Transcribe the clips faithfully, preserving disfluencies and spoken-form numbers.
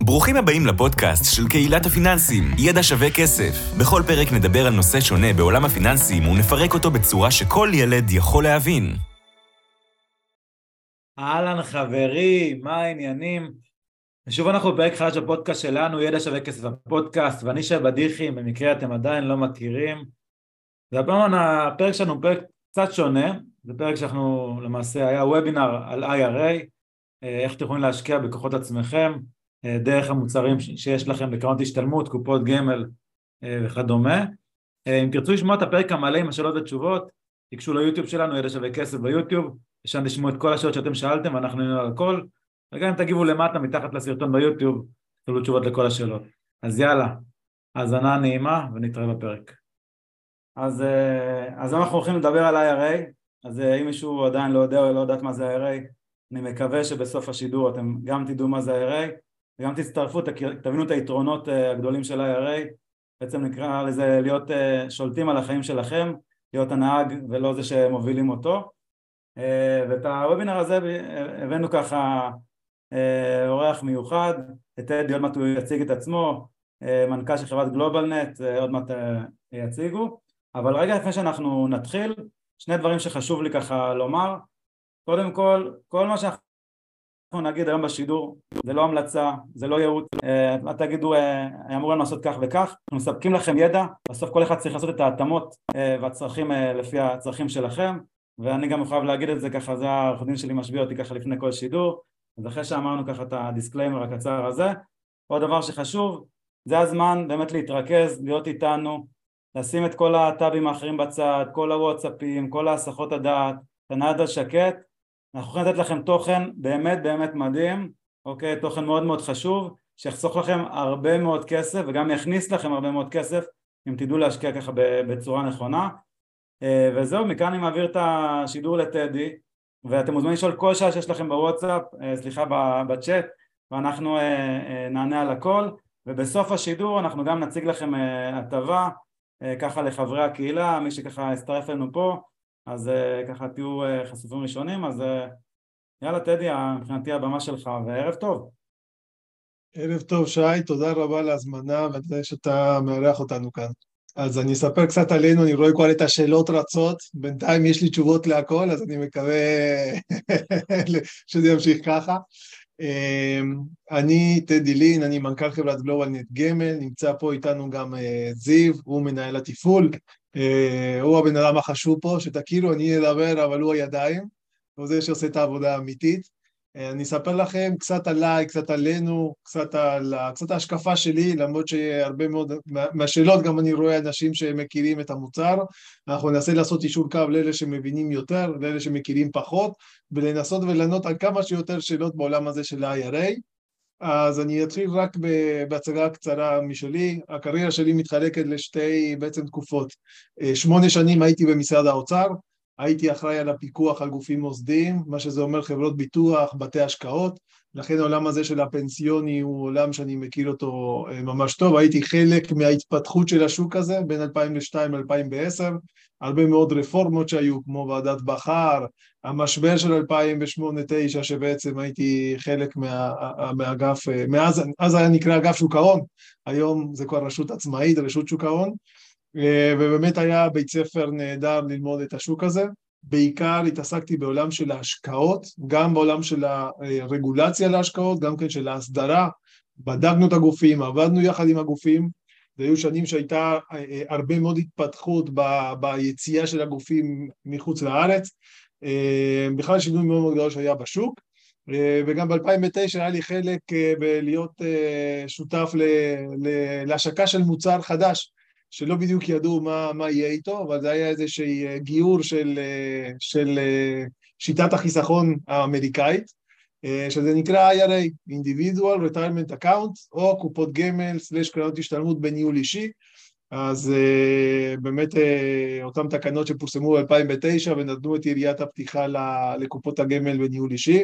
ברוכים הבאים לפודקאסט של קהילת הפיננסים, ידע שווה כסף. בכל פרק נדבר על נושא שונה בעולם הפיננסים ונפרק אותו בצורה שכל ילד יכול להבין. אהלן חברים, מה העניינים? שוב אנחנו בפרק חדש בפודקאסט שלנו, ידע שווה כסף הפודקאסט, ואני שי בדיחים, במקרה אתם עדיין לא מכירים. והפעם הפרק שלנו הוא פרק קצת שונה, זה פרק שאנחנו למעשה היה וובינר על איי אר איי, איך אתם יכולים להשקיע בכוחות עצמכם, דרך המוצרים שיש לכם בקרנות השתלמות, קופות גמל וכדומה. אם תרצו לשמוע את הפרק המלא עם השאלות ותשובות, תיגשו ליוטיוב שלנו, ידע שווה כסף ביוטיוב, ושם תשמעו את כל השאלות שאתם שאלתם, ואנחנו נענה על הכל, וגם אם תגיבו למטה מתחת לסרטון ביוטיוב, תקבלו תשובות לכל השאלות. אז יאללה, האזנה נעימה ונתראה בפרק. אז, אז אנחנו הולכים לדבר על איי אר איי, אז אם מישהו עדיין לא יודע או לא יודעת מה זה איי אר איי, אני מקווה שבסוף השידור אתם גם תדעו מה זה איי אר איי, וגם תצטרפו, תבינו את היתרונות הגדולים של איי אר איי, בעצם נקרא לזה להיות שולטים על החיים שלכם, להיות הנהג ולא זה שמובילים אותו. ואת הוובינר הזה הבאנו ככה אורח מיוחד, את טדי, עוד מעט הוא יציג את עצמו, מנכ"ל של חברת גלובלנט, עוד מעט יציגו. אבל רגע לפני שאנחנו נתחיל, שני דברים שחשוב לי ככה לומר. קודם כל, כל מה שאנחנו נגיד היום בשידור, זה לא המלצה, זה לא ייעוץ, מה תגידו, אמורים לעשות כך וכך, אנחנו מספקים לכם ידע, בסוף כל אחד צריך לעשות את ההתאמות והצרכים לפי הצרכים שלכם, ואני גם חייב להגיד את זה ככה, זה העורך דין שלי משביע אותי ככה לפני כל שידור, אז אחרי שאמרנו ככה את הדיסקליימר הקצר הזה, עוד דבר שחשוב, זה הזמן באמת להתרכז, להיות איתנו, לשים את כל הטאבים האחרים בצד, כל הוואטסאפים, כל ההסחות הדעת, תנעד על שקט, אנחנו יכולים לתת לכם תוכן באמת באמת מדהים, אוקיי, תוכן מאוד מאוד חשוב, שיחסוך לכם הרבה מאוד כסף, וגם יכניס לכם הרבה מאוד כסף, אם תדעו להשקיע ככה בצורה נכונה. וזהו, מכאן אני מעביר את השידור לטדי, ואתם מוזמנים לשאול כל שעה שיש לכם בוואטסאפ, סליחה בצ'אט, ואנחנו נענה על הכל, ובסוף השידור אנחנו גם נציג לכם הטבה, ככה לחברי הקהילה, מי שככה הסתרף לנו פה, אז ככה תהיו חשופים ראשונים, אז יאללה טדי, מבחינתי הבמה שלך, וערב טוב. ערב טוב שי, תודה רבה להזמנה, ותודה שאתה מארח אותנו כאן. אז אני אספר קצת עלינו, אני רואה כבר את השאלות רצות, בינתיים יש לי תשובות להכל, אז אני מקווה שזה ימשיך ככה. אני טדי לין, אני מנכ"ל חברת גלובלנט גמל, נמצא פה איתנו גם זיו, הוא מנהל התפעול, הוא הבן אדם החשוב פה, שתכירו, אני אדבר, אבל הוא הידיים, הוא זה שעושה את העבודה האמיתית. אני אספר לכם קצת עליי, קצת עלינו, קצת על קצת ההשקפה שלי, למרות שהרבה מאוד מהשאלות גם אני רואה אנשים שמכירים את המוצר, אנחנו ננסה לעשות אישור קו לאלה שמבינים יותר, לאלה שמכירים פחות, ולנסות ולענות על כמה שיותר שאלות בעולם הזה של איי אר איי. אז אני אתחיל רק בהצגה קצרה משלי. הקריירה שלי מתחלקת לשתי בעצם תקופות. שמונה שנים הייתי במשרד האוצר, הייתי אחראי על הפיקוח על גופים מוסדיים, מה שזה אומר חברות ביטוח, בתי השקעות, לכן העולם הזה של הפנסיוני הוא עולם שאני מכיר אותו ממש טוב, הייתי חלק מההתפתחות של השוק הזה בין אלפיים ושתיים ל-אלפיים ועשר, הרבה מאוד רפורמות שהיו כמו ועדת בחר, המשבר של אלפיים ושמונה תשע שבעצם הייתי חלק מה, מהאגף, מאז, אז היה נקרא אגף שוק ההון, היום זה כבר רשות עצמאית, רשות שוק ההון, ובאמת היה בית ספר נהדר ללמוד את השוק הזה, בעיקר התעסקתי בעולם של ההשקעות, גם בעולם של הרגולציה להשקעות, גם כן של ההסדרה, בדקנו את הגופים, עבדנו יחד עם הגופים, והיו שנים שהייתה הרבה מאוד התפתחות ב, ביציאה של הגופים מחוץ לארץ, בכלל שינוי מאוד מאוד גדול שהיה בשוק, וגם ב-אלפיים ותשע היה לי חלק בלהיות שותף להשקה של מוצר חדש, שלא בדיוק ידעו מה, מה יהיה איתו, אבל זה היה איזשהו גיור של, של שיטת החיסכון האמריקאית, שזה נקרא איי אר איי, Individual Retirement Account, או קופות גמל, סלש קרנות השתלמות בניהול אישי, אז באמת אותם תקנות שפורסמו ב-אלפיים ותשע ונתנו את יריית הפתיחה לקופות הגמל בניהול אישי.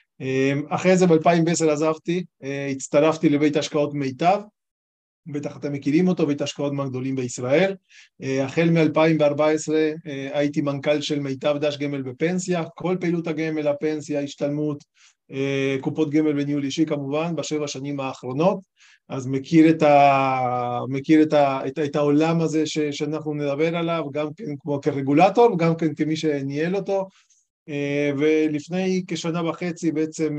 אחרי זה ב-אלפיים ועשר עזבתי, הצטרפתי לבית השקעות מיטב, בטח אתם מכירים אותו, בית השקעות מהגדולים בישראל. החל מ-אלפיים וארבע עשרה הייתי מנכ"ל של מיטב דש גמל בפנסיה, כל פעילות הגמל, הפנסיה, השתלמות, קופות גמל בניהול אישי כמובן, בשבע שנים האחרונות, אז מכיר את, ה... מכיר את, ה... את, ה... את העולם הזה ש... שאנחנו נדבר עליו, גם כן כמו כרגולטור, גם כן כמי שניהל אותו, ולפני כשנה וחצי בעצם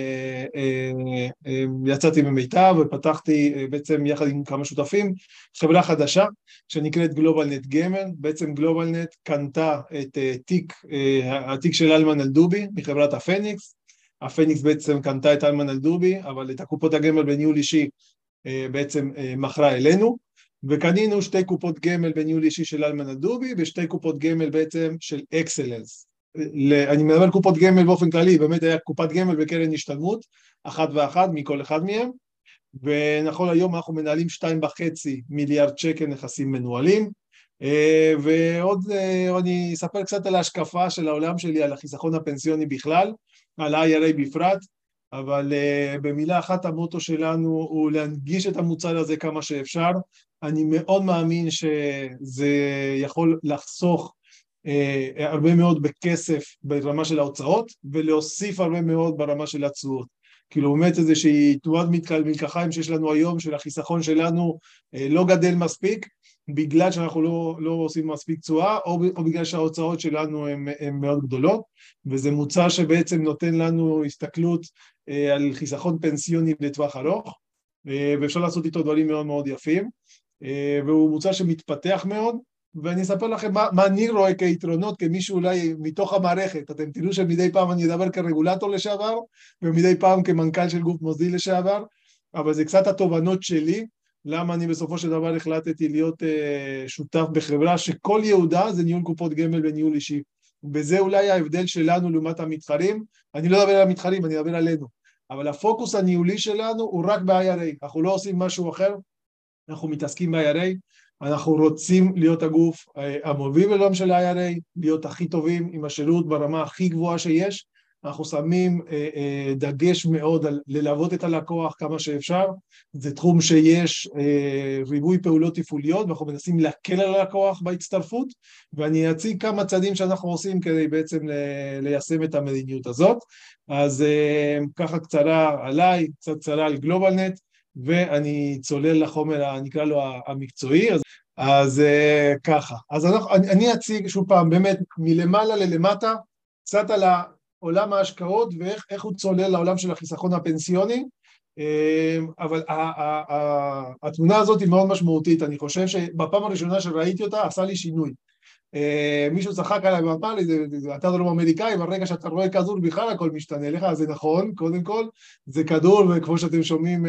יצאתי ממיטב ופתחתי בעצם יחד עם כמה שותפים חברה חדשה שנקראת גלובלנט גמל. בעצם גלובלנט קנתה את תיק, התיק של אלמן אלדובי מחברת הפניקס. הפניקס בעצם קנתה את אלמן אלדובי, אבל את הקופות הגמל בניהול אישי בעצם מכרה אלינו, וקנינו שתי קופות גמל בניהול אישי של אלמן אלדובי ושתי קופות גמל בעצם של אקסלנס. אני מדבר על קופות גמל באופן כללי, באמת היה קופת גמל וקרן השתלמות, אחת ואחת מכל אחד מהם, ונכון היום אנחנו מנהלים שתיים וחצי מיליארד שקל נכסים מנוהלים, ועוד אני אספר קצת על ההשקפה של העולם שלי, על החיסכון הפנסיוני בכלל, על ה-איי אר איי בפרט, אבל במילה אחת המוטו שלנו הוא להנגיש את המוצר הזה כמה שאפשר. אני מאוד מאמין שזה יכול לחסוך Uh, הרבה מאוד בכסף ברמה של ההוצאות, ולהוסיף הרבה מאוד ברמה של התשואות. כאילו באמת איזושהי תנועת מלקחיים שיש לנו היום, של החיסכון שלנו uh, לא גדל מספיק, בגלל שאנחנו לא, לא עושים מספיק תשואה, או, או בגלל שההוצאות שלנו הן מאוד גדולות, וזה מוצר שבעצם נותן לנו הסתכלות uh, על חיסכון פנסיוני לטווח ארוך, uh, ואפשר לעשות איתו דברים מאוד מאוד יפים, uh, והוא מוצר שמתפתח מאוד, ואני אספר לכם מה, מה אני רואה כיתרונות, כמישהו אולי מתוך המערכת. אתם תראו שמדי פעם אני אדבר כרגולטור לשעבר, ומדי פעם כמנכ"ל של גוף מוסדי לשעבר, אבל זה קצת התובנות שלי, למה אני בסופו של דבר החלטתי להיות אה, שותף בחברה שכל ייעודה זה ניהול קופות גמל וניהול אישי. וזה אולי ההבדל שלנו לעומת המתחרים. אני לא אדבר על המתחרים, אני אדבר עלינו. אבל הפוקוס הניהולי שלנו הוא רק ב-איי אר איי. אנחנו לא עושים משהו אחר, אנחנו מתעסקים ב-איי אר איי, אנחנו רוצים להיות הגוף המוביל בעולם של ה-איי אר איי, להיות הכי טובים עם השירות ברמה הכי גבוהה שיש. אנחנו שמים אה, אה, דגש מאוד על ללוות את הלקוח כמה שאפשר. זה תחום שיש אה, ריבוי פעולות תפעוליות, ואנחנו מנסים להקל על הלקוח בהצטרפות, ואני אציג כמה צעדים שאנחנו עושים כדי בעצם ל- ליישם את המדיניות הזאת. אז אה, ככה קצרה עליי, קצת קצרה על גלובלנט, ואני צולל לחומר, נקרא לו המקצועי. אז, אז uh, ככה, אז אנחנו, אני, אני אציג שוב פעם באמת מלמעלה ללמטה, קצת על עולם ההשקעות ואיך איך הוא צולל לעולם של החיסכון הפנסיוני, אבל ה, ה, ה, התמונה הזאת היא מאוד משמעותית. אני חושב שבפעם הראשונה שראיתי אותה עשה לי שינוי. מישהו צחק עליי ואמר לי, אתה דרום אמריקאי, ברגע שאתה רואה כדור בכלל הכל משתנה לך, אז זה נכון, קודם כל, זה כדור, וכמו שאתם שומעים,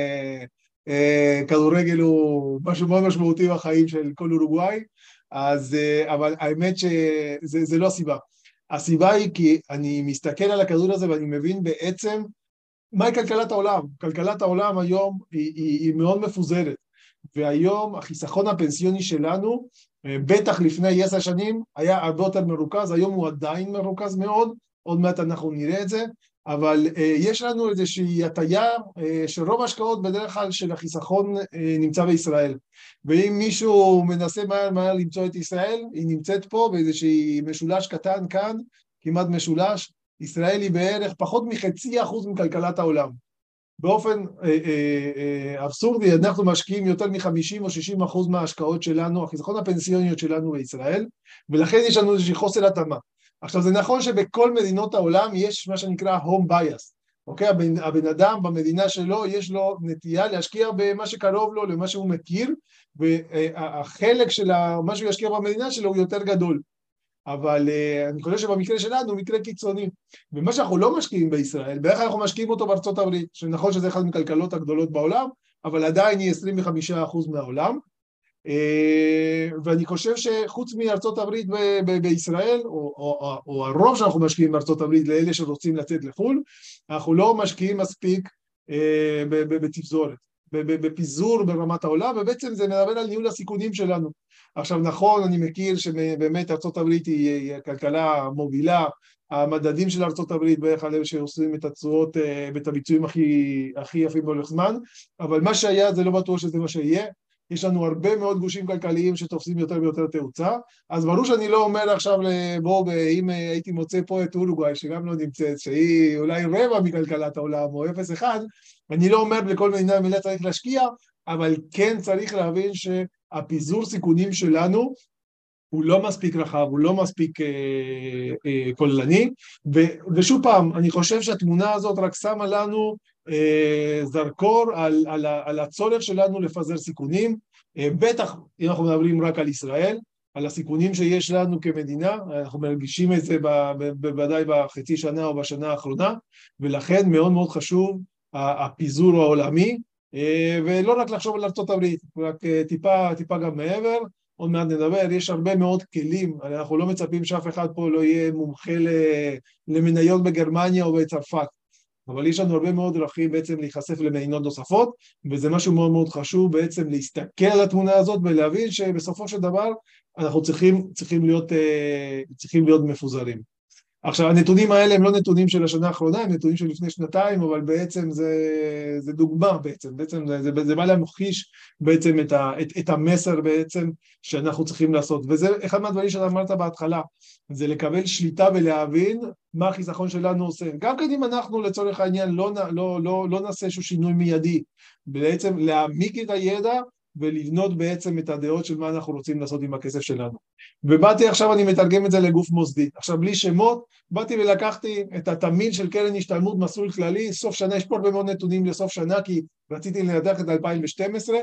כדורגל הוא משהו מאוד משמעותי בחיים של כל אורוגוואי, אז, אבל האמת שזה זה לא הסיבה. הסיבה היא כי אני מסתכל על הכדור הזה ואני מבין בעצם מהי כלכלת העולם. כלכלת העולם היום היא, היא, היא מאוד מפוזרת, והיום החיסכון הפנסיוני שלנו, בטח לפני עשר שנים, היה הרבה יותר מרוכז, היום הוא עדיין מרוכז מאוד, עוד מעט אנחנו נראה את זה, אבל uh, יש לנו איזושהי הטיה uh, שרוב ההשקעות בדרך כלל של החיסכון uh, נמצא בישראל, ואם מישהו מנסה מהר מהר למצוא את ישראל, היא נמצאת פה באיזושהי משולש קטן כאן, כמעט משולש. ישראל היא בערך פחות מחצי אחוז מכלכלת העולם. באופן אה, אה, אה, אבסורדי, אנחנו משקיעים יותר מ-חמישים או שישים אחוז מההשקעות שלנו, החיסכון הפנסיוניות שלנו בישראל, ולכן יש לנו איזושהי חוסר התאמה. עכשיו זה נכון שבכל מדינות העולם יש מה שנקרא home bias, אוקיי? הבן, הבן אדם במדינה שלו יש לו נטייה להשקיע במה שקרוב לו, למה שהוא מכיר, והחלק של מה שהוא ישקיע במדינה שלו הוא יותר גדול. אבל uh, אני חושב שבמקרה שלנו הוא מקרה קיצוני, ומה שאנחנו לא משקיעים בישראל, בערך אנחנו משקיעים אותו בארצות הברית, שנכון שזה אחד מכלכלות הגדולות בעולם, אבל עדיין היא עשרים וחמישה אחוז מהעולם, uh, ואני חושב שחוץ מארצות הברית ב- ב- בישראל, או, או, או, או הרוב שאנחנו משקיעים בארצות הברית לאלה שרוצים לצאת לחול, אנחנו לא משקיעים מספיק uh, בתפזורת, בפיזור ברמת העולם, ובעצם זה מדבר על ניהול הסיכונים שלנו. עכשיו נכון, אני מכיר שבאמת ארצות הברית היא כלכלה מובילה, המדדים של ארצות הברית בערך על אלה שעושים את התשואות ואת הביצועים הכי, הכי יפים בהולך זמן, אבל מה שהיה זה לא בטוח שזה מה שיהיה, יש לנו הרבה מאוד גושים כלכליים שתופסים יותר ויותר תאוצה, אז ברור שאני לא אומר עכשיו לבוא, אם הייתי מוצא פה את אורוגוואי, שגם לא נמצאת, שהיא אולי רבע מכלכלת העולם, או אפס אחד, אני לא אומר לכל מדינה מילה צריך להשקיע, אבל כן צריך להבין שהפיזור סיכונים שלנו, הוא לא מספיק רחב, הוא לא מספיק אה, אה, כוללני, ו, ושוב פעם, אני חושב שהתמונה הזאת רק שמה לנו אה, זרקור על, על, על הצורך שלנו לפזר סיכונים, אה, בטח אם אנחנו מדברים רק על ישראל, על הסיכונים שיש לנו כמדינה, אנחנו מרגישים את זה בוודאי בחצי שנה או בשנה האחרונה, ולכן מאוד מאוד חשוב הפיזור העולמי, אה, ולא רק לחשוב על ארצות הברית, רק אה, טיפה, טיפה גם מעבר, עוד מעט נדבר, יש הרבה מאוד כלים, אנחנו לא מצפים שאף אחד פה לא יהיה מומחה למניות בגרמניה או בצרפת, אבל יש לנו הרבה מאוד דרכים בעצם להיחשף למדינות נוספות, וזה משהו מאוד מאוד חשוב בעצם להסתכל על התמונה הזאת ולהבין שבסופו של דבר אנחנו צריכים, צריכים להיות, צריכים להיות מפוזרים. עכשיו, הנתונים האלה הם לא נתונים של השנה האחרונה, הם נתונים של לפני שנתיים, אבל בעצם זה, זה דוגמה בעצם, בעצם זה, זה, זה בא להמחיש בעצם את, ה, את, את המסר בעצם שאנחנו צריכים לעשות, וזה אחד מהדברים שאתה אמרת בהתחלה, זה לקבל שליטה ולהבין מה החיסכון שלנו עושה, גם כן אם אנחנו לצורך העניין לא, לא, לא, לא נעשה איזשהו שינוי מיידי, בעצם להעמיק את הידע, ולבנות בעצם את הדעות של מה אנחנו רוצים לעשות עם הכסף שלנו. ובאתי עכשיו, אני מתרגם את זה לגוף מוסדי. עכשיו, בלי שמות, באתי ולקחתי את התמהיל של קרן השתלמות מסלול כללי, סוף שנה, יש פה הרבה מאוד נתונים לסוף שנה, כי רציתי לנתח את אלפיים ושתים עשרה,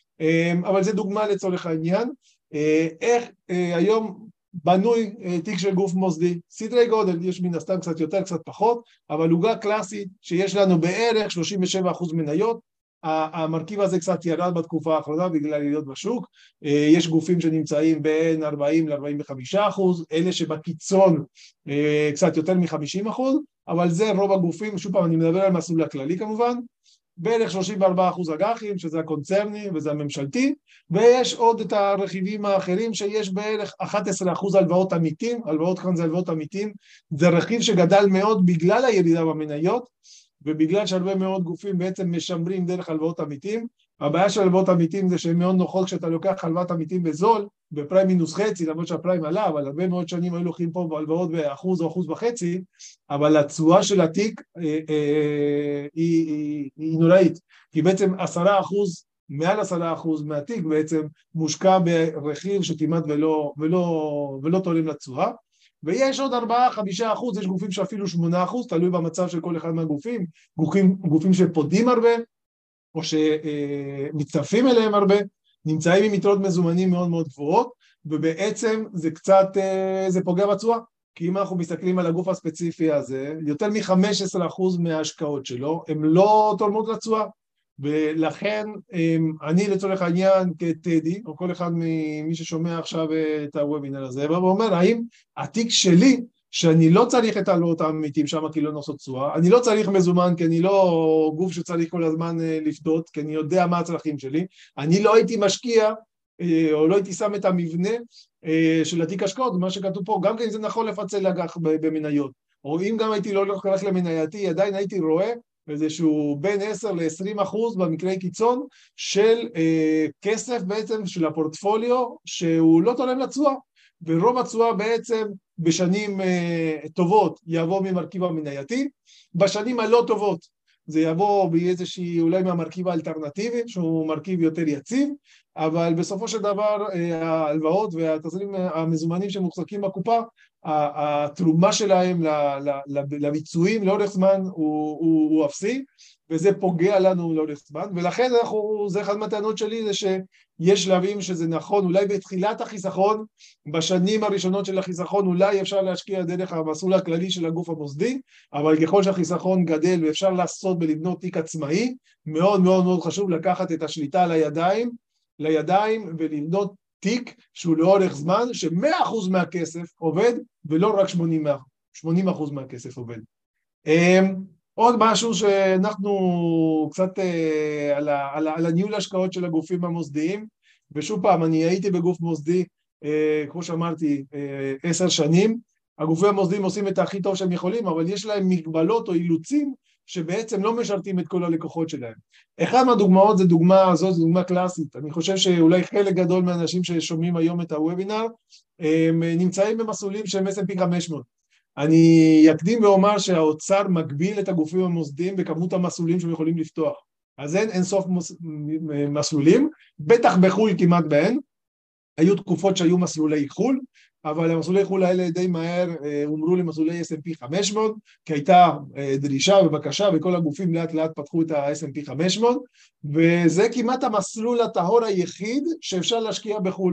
אבל זה דוגמה לצורך העניין. איך היום בנוי תיק של גוף מוסדי, סדרי גודל, יש מן הסתם קצת יותר, קצת פחות, אבל עוגה קלאסית שיש לנו בערך שלושים ושבעה אחוז מניות, המרכיב הזה קצת ירד בתקופה האחרונה בגלל עליות בשוק, יש גופים שנמצאים בין ארבעים לארבעים וחמישה אחוז, אלה שבקיצון קצת יותר מ-חמישים אחוז, אבל זה רוב הגופים, שוב פעם אני מדבר על מסלול הכללי כמובן, בערך שלושים וארבעה אחוז אג"חים, שזה הקונצרני וזה הממשלתי, ויש עוד את הרכיבים האחרים שיש בערך אחד עשר אחוז הלוואות עמיתים, הלוואות כאן זה הלוואות עמיתים, זה רכיב שגדל מאוד בגלל הירידה במניות, ובגלל שהרבה מאוד גופים בעצם משמרים דרך הלוואות עמיתים, הבעיה של הלוואות עמיתים זה שהן מאוד נוחות כשאתה לוקח הלוואת עמיתים בזול, בפריים מינוס חצי, למרות שהפריים עלה, אבל הרבה מאוד שנים היו לוקחים פה בהלוואות באחוז או אחוז וחצי, אבל התשואה של התיק אה, אה, היא, היא, היא נוראית, כי בעצם עשרה אחוז, מעל עשרה אחוז מהתיק בעצם מושקע ברכיב שכמעט ולא, ולא, ולא תולים לתשואה, ויש עוד ארבעה, חמישה אחוז, יש גופים שאפילו שמונה אחוז, תלוי במצב של כל אחד מהגופים, גופים, גופים שפודים הרבה, או שמצטרפים אליהם הרבה, נמצאים עם יתרות מזומנים מאוד מאוד גבוהות, ובעצם זה קצת, זה פוגע בתשואה, כי אם אנחנו מסתכלים על הגוף הספציפי הזה, יותר מ-חמישה עשר אחוז מההשקעות שלו, הם לא תורמות לתשואה, ולכן אני לצורך העניין כטדי, או כל אחד ממי ששומע עכשיו את הוובינר הזה, ואומר, האם התיק שלי, שאני לא צריך את ההלוואות העמיתים שם כי לא נושאות תשואה, אני לא צריך מזומן כי אני לא גוף שצריך כל הזמן לפדות, כי אני יודע מה הצרכים שלי, אני לא הייתי משקיע, או לא הייתי שם את המבנה של התיק השקעות, מה שכתוב פה, גם כן זה נכון לפצל אג"ח במניות, או אם גם הייתי לא הולך למנייתי, עדיין הייתי רואה, איזשהו בין עשרה לעשרים אחוז במקרי קיצון של אה, כסף בעצם של הפורטפוליו שהוא לא תורם לתשואה, ורוב התשואה בעצם בשנים אה, טובות יבוא ממרכיב המנייתי, בשנים הלא טובות זה יבוא באיזושהי אולי מהמרכיב האלטרנטיבי שהוא מרכיב יותר יציב, אבל בסופו של דבר ההלוואות והתזרים המזומנים שמוחזקים בקופה, התרומה שלהם לביצועים לאורך זמן הוא, הוא, הוא אפסי, וזה פוגע לנו לאורך זמן, ולכן אנחנו, זה אחד מהטענות שלי, זה שיש להבין שזה נכון, אולי בתחילת החיסכון, בשנים הראשונות של החיסכון, אולי אפשר להשקיע דרך המסלול הכללי של הגוף המוסדי, אבל ככל שהחיסכון גדל ואפשר לעשות ולבנות תיק עצמאי, מאוד מאוד מאוד חשוב לקחת את השליטה לידיים, לידיים ולבנות תיק שהוא לאורך זמן, ש-מאה אחוז מהכסף עובד, ולא רק שמונים אחוז מהכסף עובד. עוד משהו שאנחנו קצת על, ה, על, ה, על הניהול השקעות של הגופים המוסדיים, ושוב פעם, אני הייתי בגוף מוסדי, כמו שאמרתי, עשר שנים, הגופים המוסדיים עושים את הכי טוב שהם יכולים, אבל יש להם מגבלות או אילוצים, שבעצם לא משרתים את כל הלקוחות שלהם. אחד מהדוגמאות זה דוגמה הזאת, זו דוגמה קלאסית. אני חושב שאולי חלק גדול מהאנשים ששומעים היום את הוובינר, הם נמצאים במסלולים של אס אנד פי חמש מאות. אני אקדים ואומר שהאוצר מגביל את הגופים המוסדיים בכמות המסלולים שהם יכולים לפתוח. אז אין אין סוף מסלולים, בטח בחול כמעט בהן. היו תקופות שהיו מסלולי חול, אבל המסלולי חול האלה די מהר אומרו למסלולי אס אנד פי חמש מאות, כי הייתה דרישה ובקשה, וכל הגופים לאט לאט פתחו את ה-אס אנד פי חמש מאות, וזה כמעט המסלול הטהור היחיד שאפשר להשקיע בחול.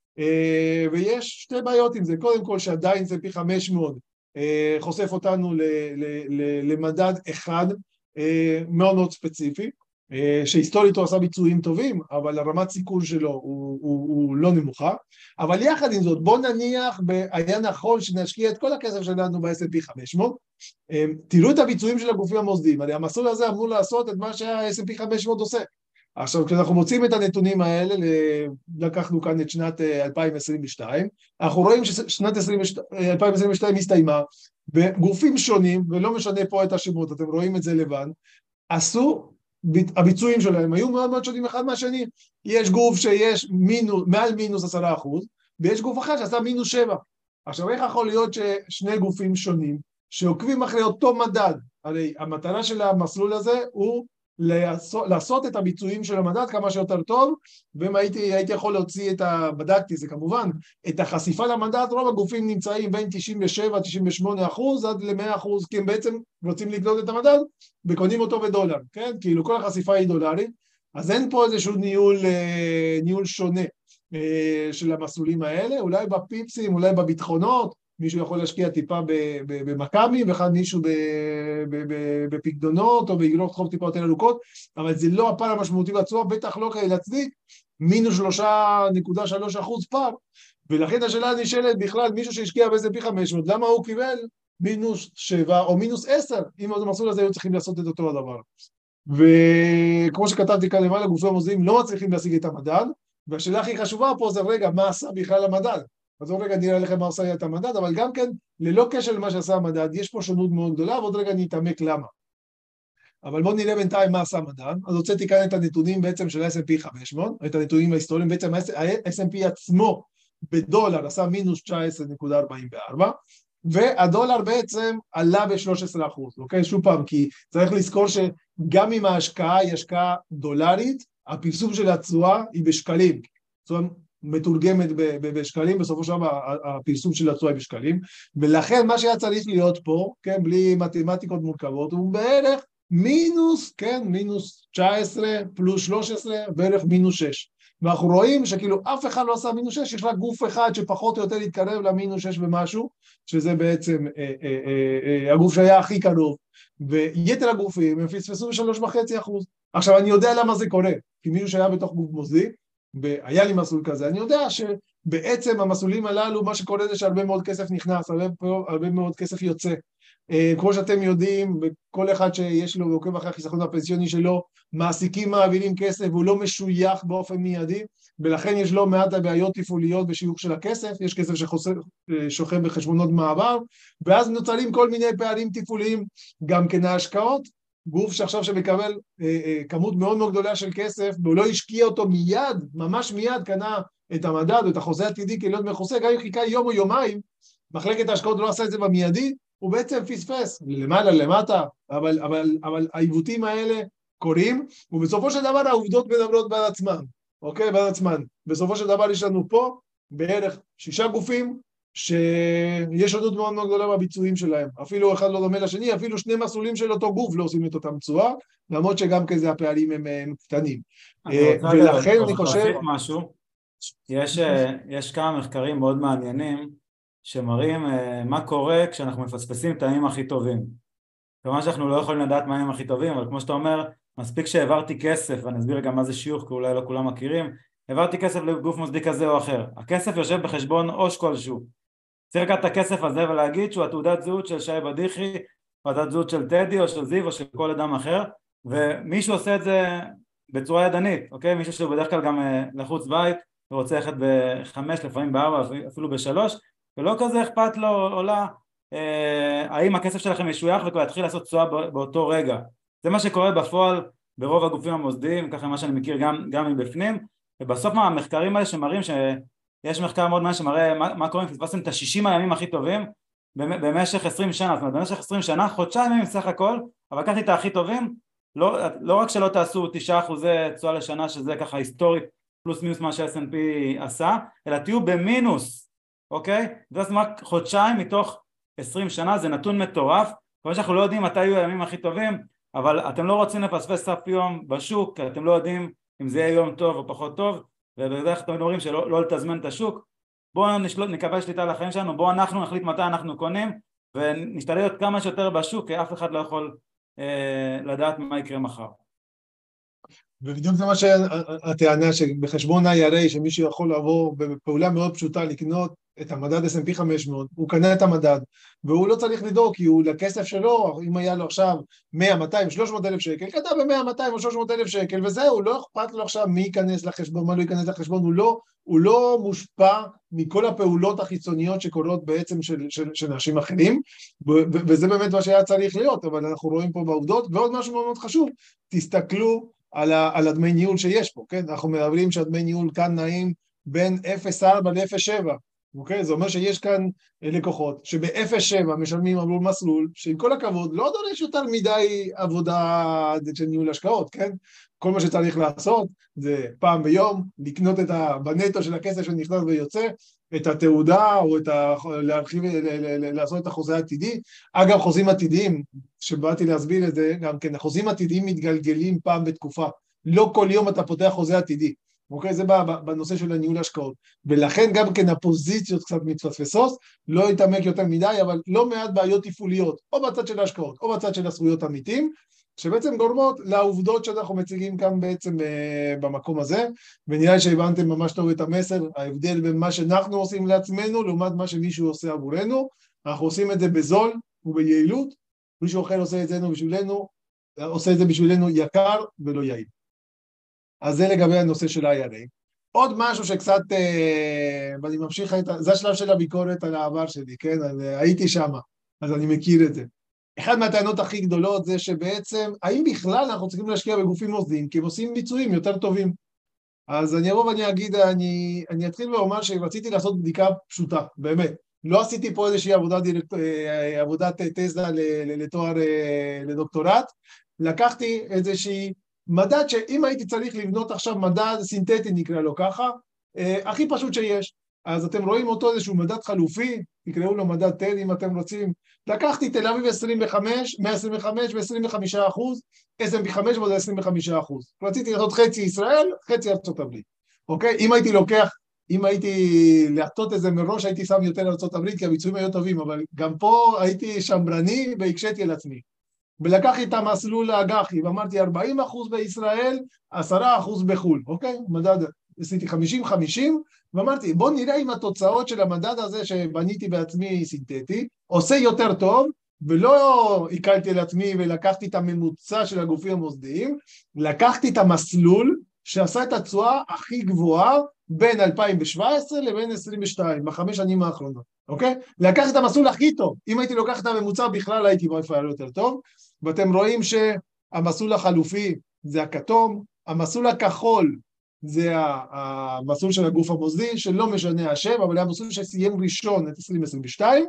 ויש שתי בעיות עם זה, קודם כל שעדיין אס אנד פי חמש מאות חושף אותנו למדד אחד מאוד מאוד ספציפי, שהיסטורית הוא עשה ביצועים טובים, אבל הרמת סיכון שלו הוא, הוא, הוא לא נמוכה. אבל יחד עם זאת, בוא נניח, היה נכון שנשקיע את כל הכסף שלנו ב-אס אנד פי חמש מאות, תראו את הביצועים של הגופים המוסדיים, הרי המסלול הזה אמור לעשות את מה שה-אס אנד פי חמש מאות עושה. עכשיו, כשאנחנו מוצאים את הנתונים האלה, לקחנו כאן את שנת אלפיים עשרים ושתיים, אנחנו רואים ששנת אלפיים עשרים ושתיים הסתיימה, וגופים שונים, ולא משנה פה את השמות, אתם רואים את זה לבן, עשו, הביצועים שלהם היו מאוד מאוד שונים אחד מהשני. יש גוף שיש מינוס, מעל מינוס עשרה אחוז, ויש גוף אחר שעשה מינוס שבע. עכשיו, איך יכול להיות ששני גופים שונים, שעוקבים אחרי אותו מדד, הרי המטרה של המסלול הזה הוא לעשות, לעשות את הביצועים של המדד כמה שיותר טוב, ואם הייתי, הייתי יכול להוציא את ה... בדקתי זה כמובן, את החשיפה למדד, רוב הגופים נמצאים בין תשעים ושבע עד תשעים ושמונה אחוז עד ל-מאה אחוז, כי הם בעצם רוצים לקנות את המדד, וקונים אותו בדולר, כן? כאילו כל החשיפה היא דולרית, אז אין פה איזשהו ניהול, ניהול שונה של המסלולים האלה, אולי בפיפסים, אולי בביטחונות, מישהו יכול להשקיע טיפה במכבי, ואחד מישהו בפקדונות, או באגרות חוב טיפה יותר ארוכות, אבל זה לא הפער המשמעותי בתשואה, בטח לא כדי להצדיק, מינוס שלושה נקודה שלוש אחוז פער, ולכן השאלה נשאלת בכלל, מישהו שהשקיע ב-אס אנד פי חמש מאות, למה הוא קיבל מינוס שבע או מינוס עשר, אם המסלול הזה היו צריכים לעשות את אותו הדבר. וכמו שכתבתי כאן למעלה, גופים המוסדיים לא מצליחים להשיג את המדד, והשאלה הכי חשובה פה זה רגע, מה עשה בכלל המדד? אז עוד רגע נראה לכם מה עושה את המדד, אבל גם כן, ללא קשר למה שעשה המדד, יש פה שונות מאוד גדולה, ועוד רגע אני אתעמק למה. אבל בואו נראה בינתיים מה עשה המדד. אז הוצאתי כאן את הנתונים בעצם של ה-אס אנד פי חמש מאות, את הנתונים ההיסטוריים, בעצם ה-אס אנד פי עצמו בדולר עשה מינוס תשע עשרה נקודה ארבעים וארבע, והדולר בעצם עלה ב-שלוש עשרה אחוז, אוקיי? שוב פעם, כי צריך לזכור שגם אם ההשקעה היא השקעה דולרית, הפרסום של התשואה היא בשקלים, תשואה מתורגמת בשקלים, בסופו של דבר הפרסום של התשואה היא בשקלים, ולכן מה שהיה צריך להיות פה, כן, בלי מתמטיקות מורכבות, הוא בערך מינוס, כן, מינוס תשע עשרה פלוס שלוש עשרה, בערך מינוס שש. ואנחנו רואים שכאילו אף אחד לא עשה מינוס שש, יש רק גוף אחד שפחות או יותר התקרב למינוס שש ומשהו, שזה בעצם אה, אה, אה, אה, הגוף שהיה הכי קרוב, ויתר הגופים הם פספסו ב-שלוש נקודה חמש אחוז. עכשיו אני יודע למה זה קורה, כי מישהו שהיה בתוך גוף מוסדי, והיה לי מסלול כזה, אני יודע שבעצם המסלולים הללו, מה שקורה זה שהרבה מאוד כסף נכנס, הרבה, הרבה מאוד כסף יוצא. כמו שאתם יודעים, כל אחד שיש לו ועוקב אחרי החיסכון הפנסיוני שלו, מעסיקים מעבירים כסף והוא לא משוייך באופן מיידי, ולכן יש לא מעט הבעיות תפעוליות בשיוך של הכסף, יש כסף ששוכב בחשבונות מעבר, ואז נוצרים כל מיני פערים תפעוליים, גם כן ההשקעות, גוף שעכשיו שמקבל אה, אה, כמות מאוד מאוד גדולה של כסף, והוא לא השקיע אותו מיד, ממש מיד קנה את המדד או את החוזה העתידי כדי להיות מחוסה, גם אם חיכה יום או יומיים, מחלקת ההשקעות לא עשה את זה במיידי, הוא בעצם פספס, למעלה, למטה, אבל, אבל, אבל העיוותים האלה קורים, ובסופו של דבר העובדות מדברות בעד עצמן, אוקיי? בעד עצמן. בסופו של דבר יש לנו פה בערך שישה גופים, שיש שונות מאוד מאוד גדולה בביצועים שלהם. אפילו אחד לא דומה לשני, אפילו שני מסלולים של אותו גוף לא עושים את אותם צורה, למרות שגם כזה הפערים הם, הם קטנים. ולכן אני חושב... יש, יש כמה מחקרים מאוד מעניינים, שמראים מה קורה כשאנחנו מפספסים את הימים הכי טובים. כלומר שאנחנו לא יכולים לדעת מה הימים הכי טובים, אבל כמו שאתה אומר, מספיק שהעברתי כסף, ואני אסביר גם מה זה שיוך, כי אולי לא כולם מכירים, העברתי כסף לגוף מוסדי כזה או אחר. הכסף יושב בחשבון עו"ש כלשהו. צריך לקחת את הכסף הזה ולהגיד שהוא התעודת זהות של שי בדיחי, או התעודת זהות של טדי או של זיו או של כל אדם אחר, ומישהו עושה את זה בצורה ידנית, אוקיי? מישהו שהוא בדרך כלל גם לחוץ בית, ורוצה ללכת בחמש, לפעמים בארבע, אפילו בשלוש, ולא כזה אכפת לו, עולה האם הכסף שלכם משוייך וכבר יתחיל לעשות תשואה באותו רגע. זה מה שקורה בפועל ברוב הגופים המוסדיים, ככה מה שאני מכיר גם, גם מבפנים, ובסוף מהמחקרים האלה שמראים שיש מחקר מאוד מעניין שמראה מה, מה קורה אם תתפסתם את ה-שישים הימים הכי טובים במשך עשרים שנה, זאת אומרת במשך עשרים שנה, חודשיים ימים סך הכל, אבל לקחתי את הכי טובים, לא, לא רק שלא תעשו תשעה אחוזי תשואה לשנה, שזה ככה היסטורית, פלוס מינוס מה ש-אס אנד פי עשה, אלא תהיו במינוס, אוקיי? זאת אומרת, חודשיים מתוך עשרים שנה, זה נתון מטורף, כמו שאנחנו לא יודעים מתי יהיו הימים הכי טובים, אבל אתם לא רוצים לפספס אף יום בשוק, כי אתם לא יודעים אם זה יהיה יום טוב או פחות טוב, ובדרך כלל אומרים שלא לא לתזמן את השוק. בואו נשלוט, נקבל שליטה על החיים שלנו, בואו אנחנו נחליט מתי אנחנו קונים, ונשתדל להיות כמה שיותר בשוק, כי אף אחד לא יכול אה, לדעת מה יקרה מחר. ובדיוק זה מה שהטענה שבחשבון איי אר איי, שמישהו יכול לעבור בפעולה מאוד פשוטה לקנות את המדד אס אנד פי חמש מאות, הוא קנה את המדד, והוא לא צריך לדאוג, כי הוא לכסף שלו, אם היה לו עכשיו מאה, מאתיים, שלוש מאות אלף שקל, קנה ב-מאה, מאתיים או שלוש מאות אלף שקל, וזהו, לא אכפת לו עכשיו מי ייכנס לחשבון, מה לא ייכנס לחשבון, הוא לא, הוא לא מושפע מכל הפעולות החיצוניות שקורות בעצם של, של, של אנשים אחרים, וזה באמת מה שהיה צריך להיות, אבל אנחנו רואים פה בעובדות, ועוד משהו מאוד חשוב, תסתכלו על, ה, על הדמי ניהול שיש פה, כן? אנחנו מדברים שהדמי ניהול כאן נעים בין אפס נקודה ארבע ל-אפס נקודה שבע, אוקיי? זה אומר שיש כאן לקוחות שב-אפס נקודה שבע משלמים עבור מסלול, שעם כל הכבוד לא דורש יותר מדי עבודה של ניהול השקעות, כן? כל מה שצריך לעשות זה פעם ביום לקנות את הבנטו של הכסף שנכנס ויוצא, את התעודה או את ה... להרחיב, לעשות את החוזה העתידי. אגב, חוזים עתידיים, שבאתי להסביר את זה, גם כן, החוזים עתידיים מתגלגלים פעם בתקופה. לא כל יום אתה פותח חוזה עתידי. אוקיי? זה בנושא של הניהול השקעות. ולכן גם כן הפוזיציות קצת מתפספסות, לא יתעמק יותר מדי, אבל לא מעט בעיות תפעוליות, או בצד של ההשקעות, או בצד של הזכויות עמיתים, שבעצם גורמות לעובדות שאנחנו מציגים כאן בעצם במקום הזה, ונראה שהבנתם ממש טוב את המסר, ההבדל בין מה שאנחנו עושים לעצמנו, לעומת מה שמישהו עושה עבורנו, אנחנו עושים את זה בזול וביעילות, מישהו אחר עושה את זה בשבילנו, עושה את זה בשבילנו יקר ולא יעיל. אז זה לגבי הנושא של איי אר איי. עוד משהו שקצת, ואני ממשיך, זה השלב של הביקורת על העבר שלי, כן? הייתי שם, אז אני מכיר את זה. אחד מהטענות הכי גדולות זה שבעצם, האם בכלל אנחנו צריכים להשקיע בגופים מוסדיים, כי הם עושים ביצועים יותר טובים. אז אני אבוא ואני אגיד, אני, אני אתחיל ואומר שרציתי לעשות בדיקה פשוטה, באמת. לא עשיתי פה איזושהי עבודת, עבודת תזה לתואר, לדוקטורט, לקחתי איזושהי מדד שאם הייתי צריך לבנות עכשיו מדד סינתטי נקרא לו ככה, הכי פשוט שיש. אז אתם רואים אותו איזשהו מדד חלופי, תקראו לו מדד תל אם אתם רוצים. לקחתי תל אביב עשרים וחמש, מאה עשרים וחמש ו-עשרים וחמישה אחוז, אס אנד פי חמש מאות עשרים וחמישה אחוז. רציתי לעשות חצי ישראל, חצי ארצות הברית. אוקיי? אם הייתי לוקח, אם הייתי להטות את זה מראש, הייתי שם יותר ארצות הברית, כי הביצועים היו טובים, אבל גם פה הייתי שמרני והקשיתי על עצמי. ולקחתי את המסלול האג"חי, ואמרתי ארבעים אחוז בישראל, עשרה אחוז בחו"ל, אוקיי? מדד, עשיתי חמישים חמישים, ואמרתי, בוא נראה אם התוצאות של המדד הזה שבניתי בעצמי סינתטי, עושה יותר טוב, ולא עיקלתי לעצמי ולקחתי את הממוצע של הגופים המוסדיים, לקחתי את המסלול שעשה את התשואה הכי גבוהה בין אלפיים שבע עשרה לבין עשרים ושתיים, בחמש שנים האחרונות, אוקיי? לקחתי את המסלול הכי טוב, אם הייתי לוקח את הממוצע בכלל הייתי באיפה היה יותר טוב, ואתם רואים שהמסלול החלופי זה הכתום, המסלול הכחול זה המסלול של הגוף המוסדי, שלא משנה השם, אבל המסלול שסיים ראשון את עשרים עשרים ושתיים,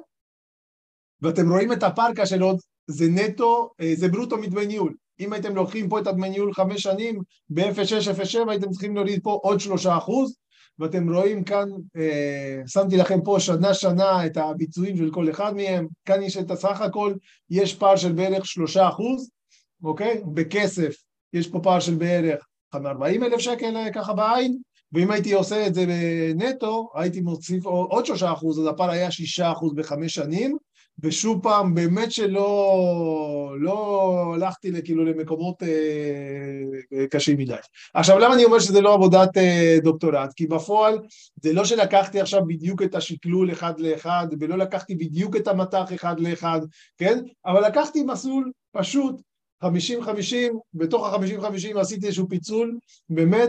ואתם רואים את הפרקה שלו, זה נטו, זה ברוטו מדמי ניהול. אם הייתם לוקחים פה את הדמי ניהול חמש שנים, ב-אפס נקודה שש אפס שבע הייתם צריכים להוריד פה עוד שלושה אחוז, ואתם רואים כאן, אה, שמתי לכם פה שנה שנה את הביצועים של כל אחד מהם, כאן יש את הסך הכל, יש פער של בערך שלושה אחוז, אוקיי? בכסף יש פה פער של בערך ארבעים אלף שקל ככה בעין, ואם הייתי עושה את זה בנטו, הייתי מוסיף עוד שלושה אחוז, אז הפער היה שישה אחוז בחמש שנים, ושוב פעם, באמת שלא לא הלכתי כאילו למקומות אה, קשים מדי. עכשיו, למה אני אומר שזה לא עבודת אה, דוקטורט? כי בפועל זה לא שלקחתי עכשיו בדיוק את השקלול אחד לאחד, ולא לקחתי בדיוק את המתח אחד לאחד, כן? אבל לקחתי מסלול פשוט, חמישים חמישים, בתוך ה-חמישים חמישים עשיתי איזשהו פיצול, באמת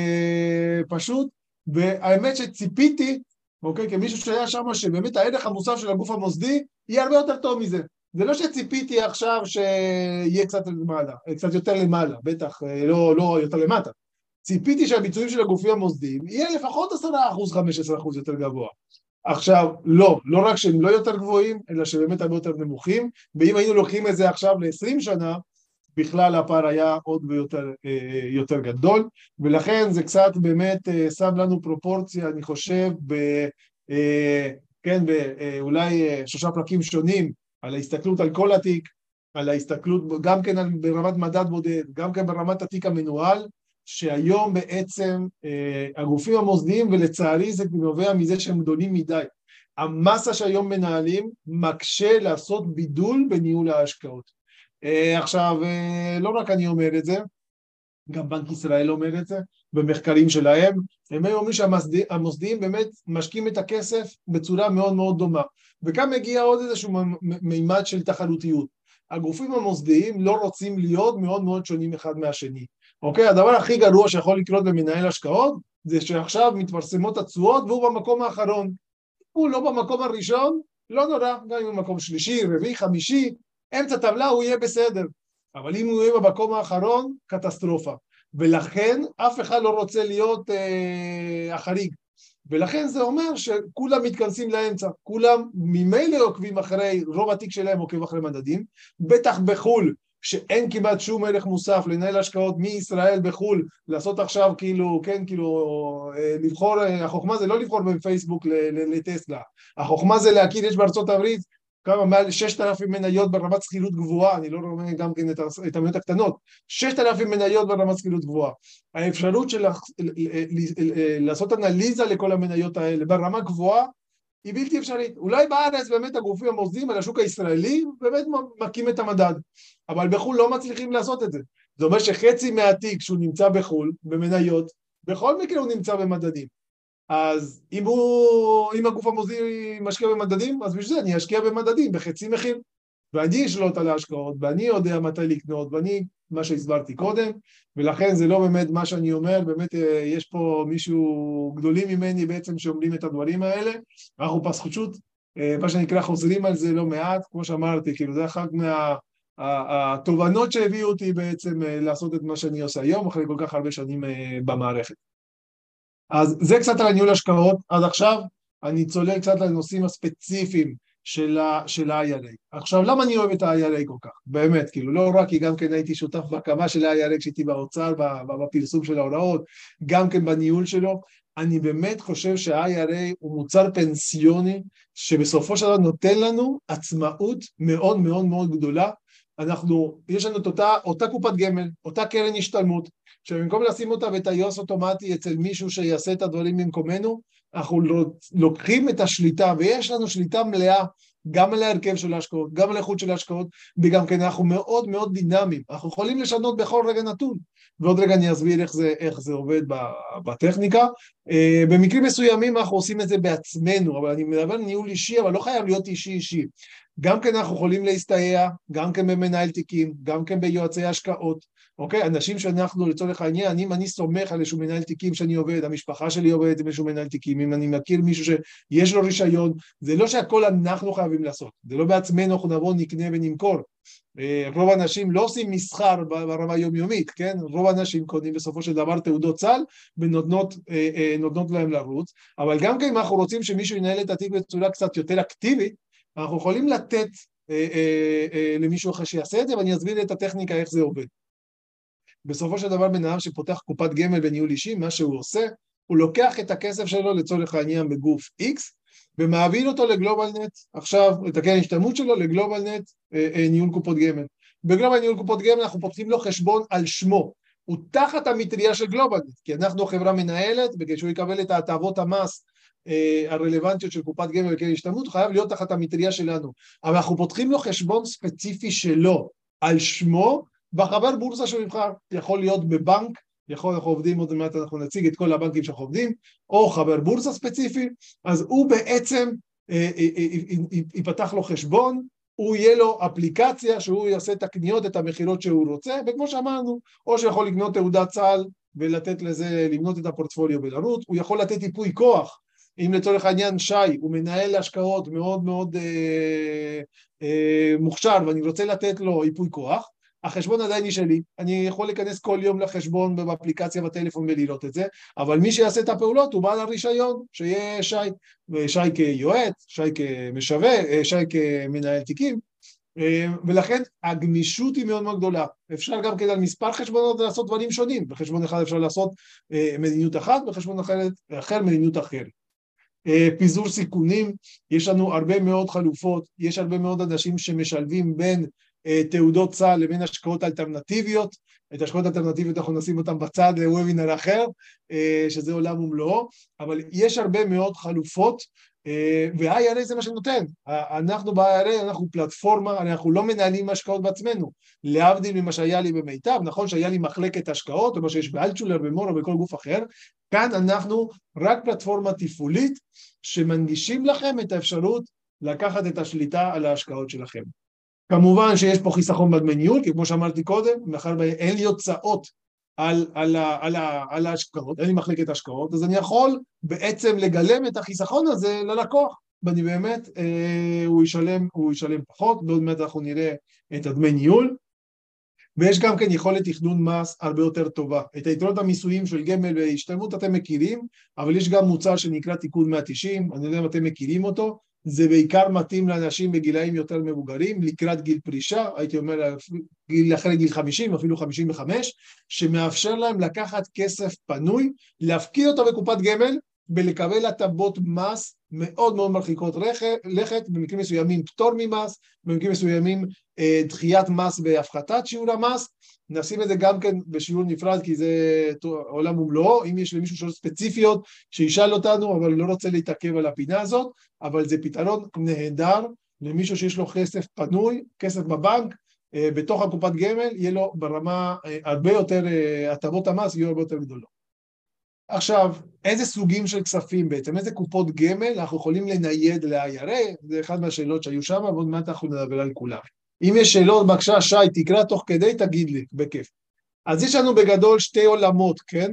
אה, פשוט, והאמת שציפיתי, אוקיי, כמישהו שהיה שם, שבאמת הערך המוסף של הגוף המוסדי יהיה הרבה יותר טוב מזה. זה לא שציפיתי עכשיו שיהיה קצת למעלה, קצת יותר למעלה, בטח לא, לא יותר למטה. ציפיתי שהביצועים של הגופים המוסדיים יהיה לפחות עשרה אחוז, חמישה עשר אחוז יותר גבוה. עכשיו, לא, לא רק שהם לא יותר גבוהים, אלא שבאמת הרבה יותר נמוכים, ואם היינו לוקחים את זה עכשיו ל-עשרים שנה, בכלל הפער היה עוד ויותר יותר גדול, ולכן זה קצת באמת שם לנו פרופורציה, אני חושב, ב, כן, באולי שלושה פרקים שונים, על ההסתכלות על כל התיק, על ההסתכלות גם כן ברמת מדד בודד, גם כן ברמת התיק המנוהל, שהיום בעצם הגופים המוסדיים, ולצערי זה נובע מזה שהם גדולים מדי, המסה שהיום מנהלים מקשה לעשות בידול בניהול ההשקעות. עכשיו, לא רק אני אומר את זה, גם בנק ישראל אומר את זה, במחקרים שלהם, הם אומרים שהמוסדיים באמת משקיעים את הכסף בצורה מאוד מאוד דומה, וכאן מגיע עוד איזשהו מימד של תחרותיות. הגופים המוסדיים לא רוצים להיות מאוד מאוד שונים אחד מהשני. אוקיי? הדבר הכי גרוע שיכול לקרות למנהל השקעות, זה שעכשיו מתפרסמות התשואות והוא במקום האחרון. הוא לא במקום הראשון, לא נורא, גם אם הוא במקום שלישי, רביעי, חמישי, אמצע טבלה הוא יהיה בסדר. אבל אם הוא יהיה במקום האחרון, קטסטרופה. ולכן אף אחד לא רוצה להיות אה, החריג. ולכן זה אומר שכולם מתכנסים לאמצע, כולם ממילא עוקבים אחרי, רוב התיק שלהם עוקב אחרי מדדים, בטח בחול, שאין כמעט שום ערך מוסף לנהל השקעות מישראל בחול, לעשות עכשיו כאילו, כן, כאילו, לבחור, החוכמה זה לא לבחור בפייסבוק לטסלה, החוכמה זה להכיר, יש בארצות הברית, כמה, מעל ששת אלפים מניות ברמת שכירות גבוהה, אני לא רואה גם כן את המניות הקטנות, ששת אלפים מניות ברמת שכירות גבוהה. האפשרות של לעשות אנליזה לכל המניות האלה ברמה גבוהה, היא בלתי אפשרית. אולי בארץ באמת הגופים המוסדיים על השוק הישראלי באמת מקים את המדד, אבל בחול לא מצליחים לעשות את זה. זה אומר שחצי מהתיק שהוא נמצא בחול, במניות, בכל מקרה הוא נמצא במדדים. אז אם, הוא, אם הגוף המוסדי משקיע במדדים, אז בשביל זה אני אשקיע במדדים, בחצי מחיר, ואני אשלוט על ההשקעות, ואני יודע מתי לקנות, ואני, מה שהסברתי קודם, ולכן זה לא באמת מה שאני אומר, באמת יש פה מישהו גדולים ממני בעצם שאומרים את הדברים האלה, אנחנו פשוט, מה שנקרא חוזרים על זה לא מעט, כמו שאמרתי, כאילו זה אחת מה... התובנות שהביאו אותי בעצם לעשות את מה שאני עושה היום, אחרי כל כך הרבה שנים במערכת. אז זה קצת על הניהול השקעות, עד עכשיו אני צולל קצת לנושאים הספציפיים של ה-איי אר איי. עכשיו, למה אני אוהב את ה-איי אר איי כל כך? באמת, כאילו, לא רק כי גם כן הייתי שותף בהקמה של ה-איי אר איי כשהייתי באוצר, בפרסום של ההוראות, גם כן בניהול שלו, אני באמת חושב שה-איי אר איי הוא מוצר פנסיוני, שבסופו של דבר נותן לנו עצמאות מאוד מאוד מאוד גדולה. אנחנו, יש לנו את אותה, אותה קופת גמל, אותה קרן השתלמות, שבמקום לשים אותה בטייס אוטומטי אצל מישהו שיעשה את הדברים במקומנו, אנחנו לוקחים את השליטה, ויש לנו שליטה מלאה, גם על ההרכב של ההשקעות, גם על האיכות של ההשקעות, וגם כן אנחנו מאוד מאוד דינמיים, אנחנו יכולים לשנות בכל רגע נתון, ועוד רגע אני אסביר איך זה, איך זה עובד בטכניקה. במקרים מסוימים אנחנו עושים את זה בעצמנו, אבל אני מדבר ניהול אישי, אבל לא חייב להיות אישי אישי. גם כן אנחנו יכולים להסתייע, גם כן במנהל תיקים, גם כן ביועצי השקעות, אוקיי? אנשים שאנחנו לצורך העניין, אם אני סומך על איזשהו מנהל תיקים שאני עובד, המשפחה שלי עובדת עם איזשהו מנהל תיקים, אם אני מכיר מישהו שיש לו רישיון, זה לא שהכל אנחנו חייבים לעשות, זה לא בעצמנו אנחנו נבוא, נקנה ונמכור. רוב האנשים לא עושים מסחר ברמה יומיומית, כן? רוב האנשים קונים בסופו של דבר תעודות סל ונותנות נותנות להם לרוץ, אבל גם כן אם אנחנו רוצים שמישהו ינהל את התיק בצורה קצת יותר אקטיבית, אנחנו יכולים לתת אה, אה, אה, למישהו אחר שיעשה את זה, ואני אסביר את הטכניקה איך זה עובד. בסופו של דבר בן אדם שפותח קופת גמל בניהול אישי, מה שהוא עושה, הוא לוקח את הכסף שלו לצורך העניין בגוף X, ומעביר אותו לגלובלנט, עכשיו את הקרן השתלמות שלו לגלובלנט אה, אה, ניהול קופות גמל. בגלובלנט ניהול קופות גמל אנחנו פותחים לו חשבון על שמו, הוא תחת המטריה של גלובלנט, כי אנחנו חברה מנהלת, וכשהוא יקבל את ההטבות המס, הרלוונטיות של קופת גמל וקרן השתלמות, חייב להיות תחת המטריה שלנו, אבל אנחנו פותחים לו חשבון ספציפי שלו, על שמו, בחבר בורסה שהוא נבחר, יכול להיות בבנק, יכול, אנחנו עובדים, עוד מעט אנחנו נציג את כל הבנקים שאנחנו עובדים, או חבר בורסה ספציפי, אז הוא בעצם, ייפתח לו חשבון, הוא יהיה לו אפליקציה, שהוא יעשה את הקניות, את המחירות שהוא רוצה, וכמו שאמרנו, או שיכול לקנות תעודת צה"ל, ולתת לזה, למנות את הפורטפוליו ולרוץ, הוא יכול לתת טיפוי כוח, אם לצורך העניין שי הוא מנהל השקעות מאוד מאוד אה, אה, מוכשר ואני רוצה לתת לו ייפוי כוח, החשבון עדיין היא שלי, אני יכול להיכנס כל יום לחשבון באפליקציה בטלפון ולראות את זה, אבל מי שיעשה את הפעולות הוא בעל הרישיון, שיהיה שי, שי כיועץ, שי כמשווה, שי כמנהל תיקים, ולכן הגמישות היא מאוד מאוד גדולה. אפשר גם כן על מספר חשבונות לעשות דברים שונים, בחשבון אחד אפשר לעשות מדיניות אחת, בחשבון אחר מדיניות אחרת. פיזור סיכונים, יש לנו הרבה מאוד חלופות, יש הרבה מאוד אנשים שמשלבים בין תעודות צה"ל לבין השקעות אלטרנטיביות, את השקעות אלטרנטיביות אנחנו נשים אותם בצד לוובינר אחר, שזה עולם ומלואו, אבל יש הרבה מאוד חלופות, וה-איי אר איי זה מה שנותן, אנחנו ב-איי אר איי אנחנו פלטפורמה, אנחנו לא מנהלים השקעות בעצמנו, להבדיל ממה שהיה לי במיטב, נכון שהיה לי מחלקת השקעות, או מה שיש באלטשולר, במורה, בכל גוף אחר, כאן אנחנו רק פלטפורמה תפעולית, שמנגישים לכם את האפשרות לקחת את השליטה על ההשקעות שלכם. כמובן שיש פה חיסכון בדמי ניהול, כי כמו שאמרתי קודם, מאחר אין לי הוצאות על, על, על, על ההשקעות, אין לי מחלקת השקעות, אז אני יכול בעצם לגלם את החיסכון הזה ללקוח, ואני באמת, אה, הוא ישלם, הוא ישלם פחות, בעוד מעט אנחנו נראה את הדמי ניהול, ויש גם כן יכולת תכנון מס הרבה יותר טובה. את היתרונות המיסויים של גמל והשתלמות אתם מכירים, אבל יש גם מוצר שנקרא תיקון מאה תשעים, אני לא יודע אם אתם מכירים אותו, זה בעיקר מתאים לאנשים בגילאים יותר מבוגרים, לקראת גיל פרישה, הייתי אומר גיל אחרי גיל חמישים, אפילו חמישים וחמש, שמאפשר להם לקחת כסף פנוי, להפקיד אותו בקופת גמל, ולקבל הטבות מס מאוד מאוד מרחיקות לכת, במקרים מסוימים פטור ממס, במקרים מסוימים אה, דחיית מס והפחתת שיעור המס, נשים את זה גם כן בשיעור נפרד, כי זה עולם ומלואו, אם יש למישהו שאלות ספציפיות שישאל אותנו, אבל לא רוצה להתעכב על הפינה הזאת, אבל זה פתרון נהדר למישהו שיש לו כסף פנוי, כסף בבנק, אה, בתוך הקופת גמל, יהיה לו ברמה אה, הרבה יותר, אה, הטבות המס יהיו הרבה יותר גדולות. עכשיו, איזה סוגים של כספים בעצם, איזה קופות גמל אנחנו יכולים לנייד ל-איי אר איי, זה אחד מהשאלות שהיו שם, ועוד מעט אנחנו נדבר על כולם. אם יש שאלות, בבקשה, שי, תקרא תוך כדי, תגיד לי, בכיף. אז יש לנו בגדול שתי עולמות, כן?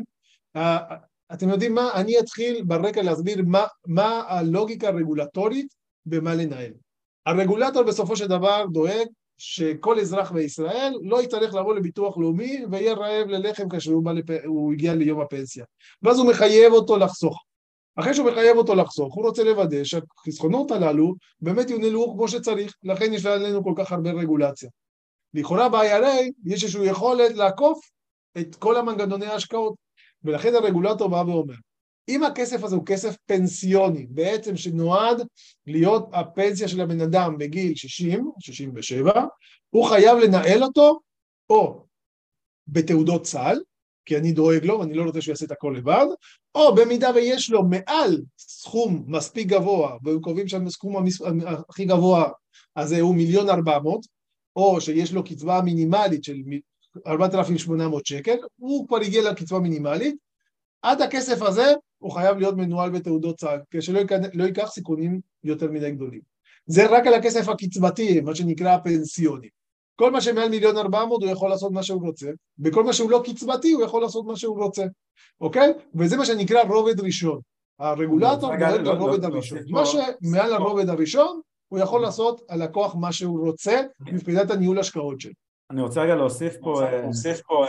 אתם יודעים מה? אני אתחיל ברקע להסביר מה, מה הלוגיקה הרגולטורית במה לנהל. הרגולטור בסופו של דבר דואג שכל אזרח בישראל לא יצטרך לבוא לביטוח לאומי ויהיה רעב ללחם כשהוא בא לפ... הוא הגיע ליום הפנסיה. ואז הוא מחייב אותו לחסוך. אחרי שהוא מחייב אותו לחסוך, הוא רוצה לוודא שהחסכונות הללו באמת יונהלו כמו שצריך, לכן יש לנו כל כך הרבה רגולציה. לכאורה ב-איי אר איי יש איזושהי יכולת לעקוף את כל המנגנוני ההשקעות, ולכן הרגולטור בא ואומר, אם הכסף הזה הוא כסף פנסיוני, בעצם שנועד להיות הפנסיה של הבן אדם בגיל שישים, שישים ושבע, הוא חייב לנהל אותו, או בתעודות צה"ל, כי אני דואג לו, ואני לא רוצה שהוא יעשה את הכל לבד, או במידה ויש לו מעל סכום מספיק גבוה, והם קובעים שהסכום הכי גבוה הזה הוא מיליון ארבע מאות, או שיש לו קצבה מינימלית של ארבעת אלפים ושמונה מאות שקל, הוא כבר הגיע לקצבה מינימלית, עד הכסף הזה הוא חייב להיות מנוהל בתעודות צה"ל, כשלא לא ייקח סיכונים יותר מדי גדולים. זה רק על הכסף הקצבתי, מה שנקרא הפנסיוני. כל מה שמעל מיליון ארבע מאות הוא יכול לעשות מה שהוא רוצה, וכל מה שהוא לא קצבתי הוא יכול לעשות מה שהוא רוצה, אוקיי? וזה מה שנקרא רובד ראשון. הרגולטור דואג לרובד הראשון. מה שמעל הרובד הראשון, הוא יכול לעשות על הכוח מה שהוא רוצה, מבחינת הניהול השקעות שלו. אני רוצה רגע להוסיף פה, להוסיף פה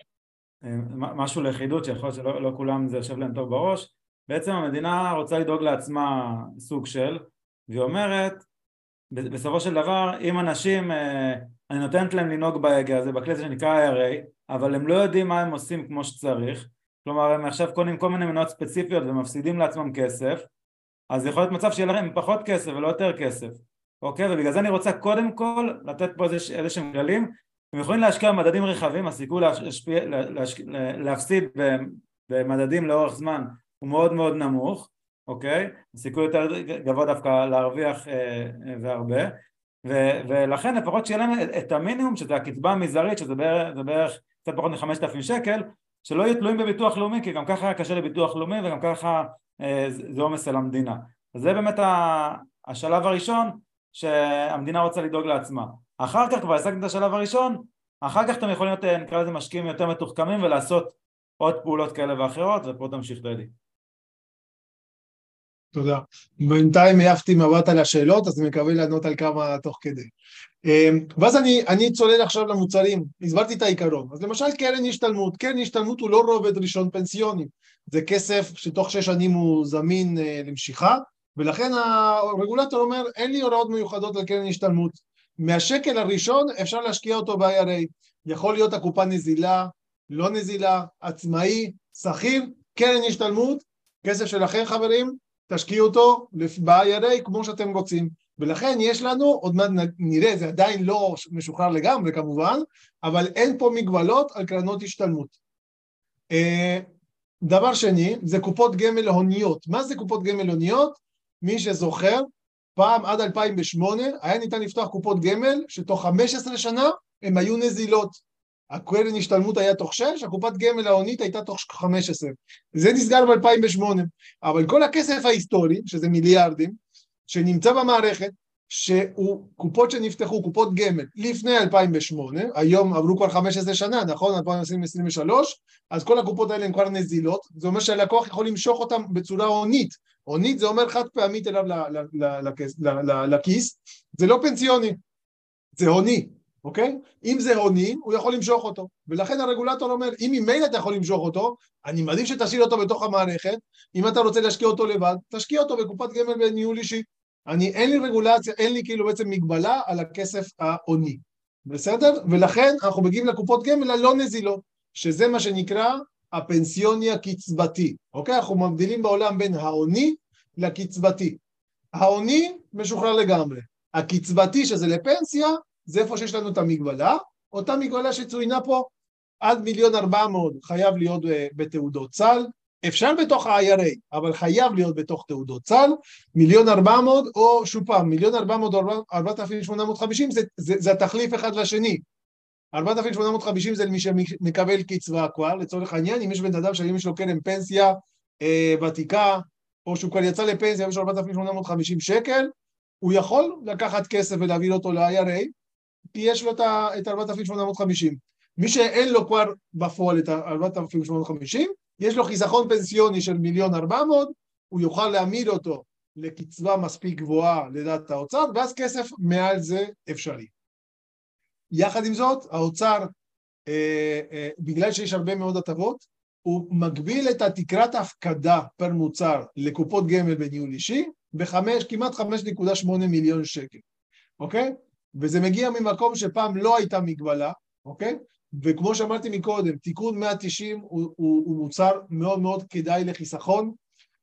משהו לחידוד, שיכול להיות שלא לא כולם זה יושב להם טוב בראש. בעצם המדינה רוצה לדאוג לעצמה סוג של, והיא אומרת, בסופו של דבר, אם אנשים, אני נותנת להם לנהוג בהגה הזה, בכלי הזה שנקרא איי אר איי, אבל הם לא יודעים מה הם עושים כמו שצריך, כלומר, הם עכשיו קונים כל מיני מניות ספציפיות ומפסידים לעצמם כסף, אז יכול להיות מצב שיהיה להם פחות כסף ולא יותר כסף, אוקיי? ובגלל זה אני רוצה קודם כל לתת פה איזה, איזה שהם כללים, הם יכולים להשקיע במדדים רחבים, הסיכוי להשפיע, להשק, להפסיד במדדים לאורך זמן הוא מאוד מאוד נמוך, אוקיי? הסיכוי יותר גבוה דווקא להרוויח אה, והרבה, ו, ולכן לפחות שיהיה להם את המינימום, שזה הקצבה המזערית, שזה בערך, זה בערך קצת פחות מ-חמשת אלפים שקל, שלא יהיו תלויים בביטוח לאומי, כי גם ככה קשה לביטוח לאומי, וגם ככה אה, זה עומס על המדינה. אז זה באמת השלב הראשון שהמדינה רוצה לדאוג לעצמה. אחר כך כבר השגתם את השלב הראשון, אחר כך אתם יכולים להיות, נקרא לזה משקיעים יותר מתוחכמים, ולעשות עוד פעולות כאלה ואחרות, ופה תמשיך דדי. תודה. בינתיים העפתי מבט על השאלות, אז אני מקווה לענות על כמה תוך כדי. ואז אני, אני צולל עכשיו למוצרים, הסברתי את העיקרון. אז למשל קרן השתלמות, קרן השתלמות הוא לא רובד ראשון פנסיוני, זה כסף שתוך שש שנים הוא זמין למשיכה, ולכן הרגולטור אומר, אין לי הוראות מיוחדות על קרן השתלמות. מהשקל הראשון אפשר להשקיע אותו ב-איי אר איי, יכול להיות הקופה נזילה, לא נזילה, עצמאי, שכיר, קרן השתלמות, כסף שלכם חברים, תשקיעו אותו ב-איי אר איי כמו שאתם רוצים. ולכן יש לנו, עוד מעט נראה, זה עדיין לא משוחרר לגמרי כמובן, אבל אין פה מגבלות על קרנות השתלמות. דבר שני, זה קופות גמל הוניות. מה זה קופות גמל הוניות? מי שזוכר, פעם עד אלפיים ושמונה היה ניתן לפתוח קופות גמל שתוך חמש עשרה שנה הם היו נזילות. הקרן השתלמות היה תוך שש, הקופת גמל ההונית הייתה תוך חמש עשרה. זה נסגר ב-אלפיים ושמונה. אבל כל הכסף ההיסטורי, שזה מיליארדים, שנמצא במערכת, שהוא קופות שנפתחו, קופות גמל, לפני אלפיים ושמונה, היום עברו כבר חמש עשרה שנה, נכון? אלפיים עשרים ושלוש, אז כל הקופות האלה הן כבר נזילות, זה אומר שהלקוח יכול למשוך אותם בצורה הונית. הונית זה אומר חד פעמית אליו לכיס, זה לא פנסיוני, זה הוני. אוקיי? אם זה הוני, הוא יכול למשוך אותו, ולכן הרגולטור אומר, אם ממילא אתה יכול למשוך אותו, אני מעדיף שתשאיר אותו בתוך המערכת, אם אתה רוצה להשקיע אותו לבד, תשקיע אותו בקופת גמל בניהול אישי, אני, אין לי רגולציה, אין לי כאילו בעצם מגבלה על הכסף ההוני, בסדר? ולכן אנחנו מגיעים לקופות גמל הלא נזילות, שזה מה שנקרא הפנסיוני הקצבתי, אוקיי? אנחנו מבדילים בעולם בין ההוני לקצבתי, ההוני משוחרר לגמרי, הקצבתי שזה לפנסיה, זה איפה שיש לנו את המגבלה, אותה מגבלה שצוינה פה, עד מיליון ארבע מאות חייב להיות בתעודות צה"ל, אפשר בתוך ה-איי אר איי, אבל חייב להיות בתוך תעודות צה"ל, מיליון ארבע מאות, או שוב פעם, מיליון ארבע מאות או ארבעת אלפים שמונה מאות וחמישים, זה, זה, זה התחליף אחד לשני. ארבעת אלפים שמונה מאות וחמישים זה למי שמקבל קצבה כבר, לצורך העניין, אם יש בן אדם שאם יש לו קרן פנסיה אה, ותיקה, או שהוא כבר יצא לפנסיה, יש לו ארבעת אלפים שמונה מאות וחמישים שקל, הוא יכול לקחת כסף ולהביא אותו ל-איי אר איי, כי יש לו את ארבעת אלפים שמונה מאות וחמישים. מי שאין לו כבר בפועל את ארבעת אלפים שמונה מאות וחמישים, יש לו חיסכון פנסיוני של מיליון ארבע מאות, הוא יוכל להעמיד אותו לקצבה מספיק גבוהה לדעת האוצר, ואז כסף מעל זה אפשרי. יחד עם זאת, האוצר, אה, אה, בגלל שיש הרבה מאוד הטבות, הוא מגביל את התקרת ההפקדה פר מוצר לקופות גמל בניהול אישי, בחמש, כמעט חמש נקודה שמונה מיליון שקל. אוקיי? וזה מגיע ממקום שפעם לא הייתה מגבלה, אוקיי? וכמו שאמרתי מקודם, תיקון מאה תשעים הוא, הוא, הוא מוצר מאוד מאוד כדאי לחיסכון,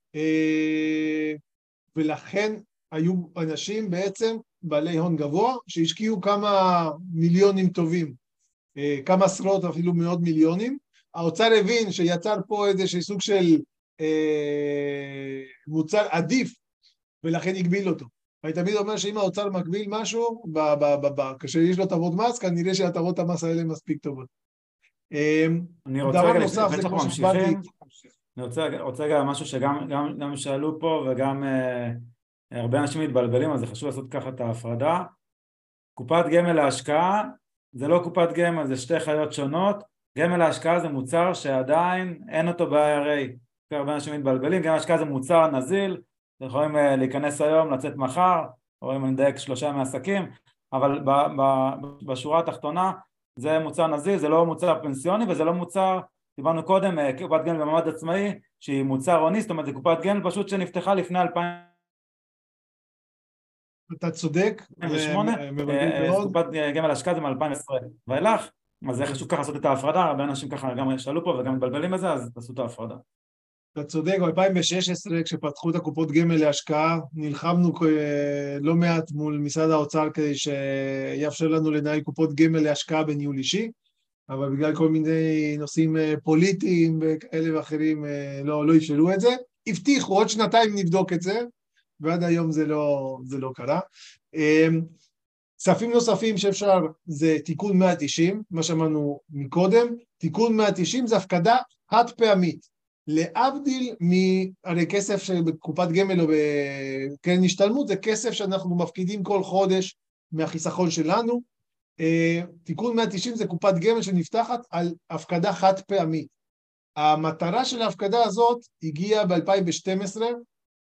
אה, ולכן היו אנשים בעצם בעלי הון גבוה, שהשקיעו כמה מיליונים טובים, אה, כמה עשרות אפילו מאות מיליונים, האוצר הבין שיצר פה איזה סוג של אה, מוצר עדיף, ולכן הגביל אותו. אני תמיד אומר שאם האוצר מקביל משהו, כשיש לו הטבות מס, כנראה שהטבות המס האלה מספיק טובות. אני רוצה רגע, לפני שאנחנו ממשיכים, אני רוצה רגע משהו שגם שאלו פה, וגם הרבה אנשים מתבלבלים, אז זה חשוב לעשות ככה את ההפרדה. קופת גמל להשקעה, זה לא קופת גמל, זה שתי חיות שונות. גמל להשקעה זה מוצר שעדיין אין אותו ב-איי אר איי. הרבה אנשים מתבלבלים, גמל להשקעה זה מוצר נזיל, אתם יכולים להיכנס היום, לצאת מחר, או אם אני מדייק שלושה מעסקים, אבל ב, ב, בשורה התחתונה זה מוצר נזיל, זה לא מוצר פנסיוני, וזה לא מוצר, דיברנו קודם, קופת גמל במעמד עצמאי, שהיא מוצר הוני, זאת אומרת, זה קופת גמל פשוט שנפתחה לפני אלפיים אתה צודק, ושמונה, קופת גמל השקעה זה מ-אלפיים ועשרים, ואילך, אז זה חשוב ככה לעשות את ההפרדה, הרבה אנשים ככה גם שאלו פה וגם מתבלבלים בזה, אז תעשו את ההפרדה. אתה צודק, ב-אלפיים ושש עשרה כשפתחו את הקופות גמל להשקעה, נלחמנו לא מעט מול משרד האוצר כדי שיאפשר לנו לנהל קופות גמל להשקעה בניהול אישי, אבל בגלל כל מיני נושאים פוליטיים וכאלה ואחרים לא, לא אפשרו את זה. הבטיחו, עוד שנתיים נבדוק את זה, ועד היום זה לא, זה לא קרה. כספים נוספים שאפשר זה תיקון מאה תשעים, מה שאמרנו מקודם, תיקון מאה תשעים זה הפקדה חד פעמית. להבדיל מהרי כסף שבקופת גמל או בקרן השתלמות, זה כסף שאנחנו מפקידים כל חודש מהחיסכון שלנו. תיקון מאה תשעים זה קופת גמל שנפתחת על הפקדה חד פעמית. המטרה של ההפקדה הזאת הגיעה ב-אלפיים ושתים עשרה,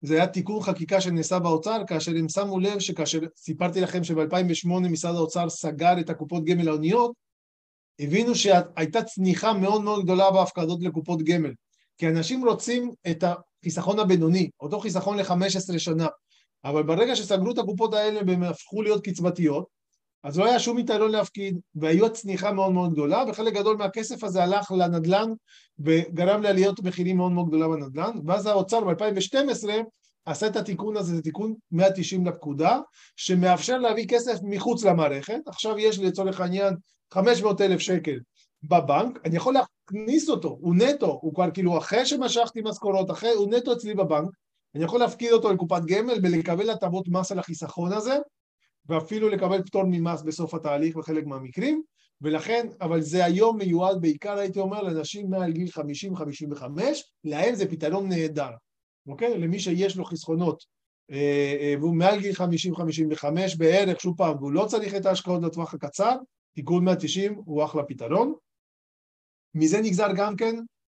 זה היה תיקון חקיקה שנעשה באוצר, כאשר הם שמו לב שכאשר סיפרתי לכם שב-אלפיים ושמונה משרד האוצר סגר את הקופות גמל האוניות, הבינו שהייתה צניחה מאוד מאוד גדולה בהפקדות לקופות גמל, כי אנשים רוצים את החיסכון הבינוני, אותו חיסכון ל-חמש עשרה שנה, אבל ברגע שסגרו את הקופות האלה והם הפכו להיות קצבתיות, אז לא היה שום יתרון להפקיד, והיו צניחה מאוד מאוד גדולה, וחלק גדול מהכסף הזה הלך לנדלן, וגרם לעליות מחירים מאוד מאוד גדולה בנדלן, ואז האוצר ב-אלפיים ושתים עשרה עשה את התיקון הזה, זה תיקון מאה תשעים לפקודה, שמאפשר להביא כסף מחוץ למערכת. עכשיו יש לצורך העניין חמש מאות אלף שקל בבנק, אני יכול להכניס אותו, הוא נטו, הוא כבר כאילו אחרי שמשכתי משכורות, אחרי, הוא נטו אצלי בבנק, אני יכול להפקיד אותו לקופת גמל ולקבל הטבות מס על החיסכון הזה, ואפילו לקבל פטור ממס בסוף התהליך בחלק מהמקרים, ולכן, אבל זה היום מיועד בעיקר, הייתי אומר, לאנשים מעל גיל חמישים חמישים וחמש, להם זה פתרון נהדר, אוקיי? למי שיש לו חסכונות, והוא מעל גיל חמישים חמישים וחמש בערך, שוב פעם, והוא לא צריך את ההשקעות לטווח הקצר, תיקון מאה תשעים הוא אחלה פתרון. מזה נגזר גם כן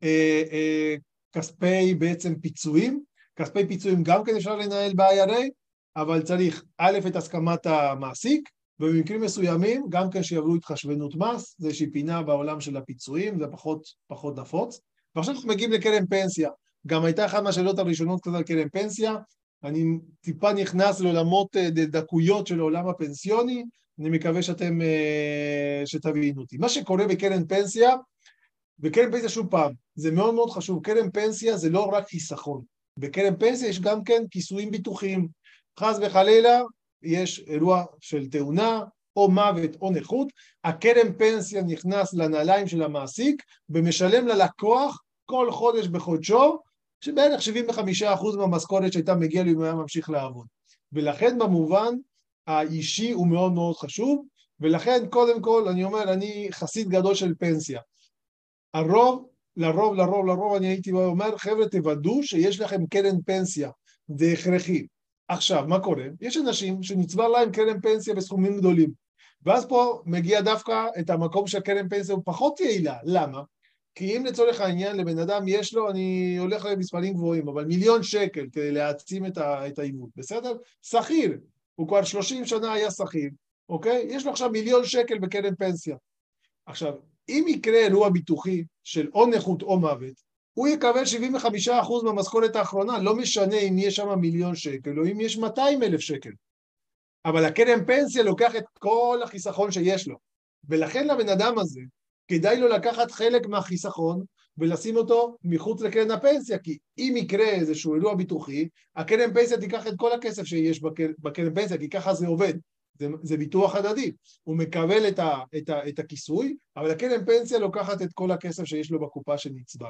כספי בעצם פיצויים, כספי פיצויים גם כן אפשר לנהל ב-איי אר איי, אבל צריך א' את הסכמת המעסיק, ובמקרים מסוימים גם כן שיעברו התחשבנות מס, זה איזושהי פינה בעולם של הפיצויים, זה פחות, פחות נפוץ. ועכשיו אנחנו מגיעים לקרן פנסיה, גם הייתה אחת מהשאלות הראשונות קצת על קרן פנסיה, אני טיפה נכנס לעולמות דקויות של העולם הפנסיוני, אני מקווה שאתם, שתבינו אותי. מה שקורה בקרן פנסיה, בקרן פנסיה שוב פעם, זה מאוד מאוד חשוב, קרן פנסיה זה לא רק חיסכון, בקרן פנסיה יש גם כן כיסויים ביטוחיים, חס וחלילה יש אירוע של תאונה או מוות או נכות, הקרן פנסיה נכנס לנעליים של המעסיק ומשלם ללקוח כל חודש בחודשו, שבערך שבעים וחמישה אחוז מהמשכורת שהייתה מגיעה לי והיה ממשיך לעבוד. ולכן במובן האישי הוא מאוד מאוד חשוב, ולכן קודם כל אני אומר, אני חסיד גדול של פנסיה. הרוב, לרוב, לרוב, לרוב אני הייתי אומר, חבר'ה תוודאו שיש לכם קרן פנסיה, זה הכרחי. עכשיו, מה קורה? יש אנשים שנצבר להם קרן פנסיה בסכומים גדולים, ואז פה מגיע דווקא את המקום שהקרן פנסיה הוא פחות יעילה. למה? כי אם לצורך העניין לבן אדם יש לו, אני הולך למספרים גבוהים, אבל מיליון שקל כדי להעצים את העיוות, בסדר? שכיר, הוא כבר שלושים שנה היה שכיר, אוקיי? יש לו עכשיו מיליון שקל בקרן פנסיה. עכשיו, אם יקרה אירוע ביטוחי של או נכות או מוות, הוא יקבל שבעים וחמישה אחוז מהמשכורת האחרונה, לא משנה אם יש שם מיליון שקל או אם יש מאתיים אלף שקל. אבל הקרן פנסיה לוקח את כל החיסכון שיש לו, ולכן לבן אדם הזה כדאי לו לקחת חלק מהחיסכון ולשים אותו מחוץ לקרן הפנסיה, כי אם יקרה איזשהו אירוע ביטוחי, הקרן פנסיה תיקח את כל הכסף שיש בקר, בקרן פנסיה, כי ככה זה עובד, זה, זה ביטוח הדדי, הוא מקבל את, ה, את, ה, את הכיסוי, אבל הקרן פנסיה לוקחת את כל הכסף שיש לו בקופה שנצבר.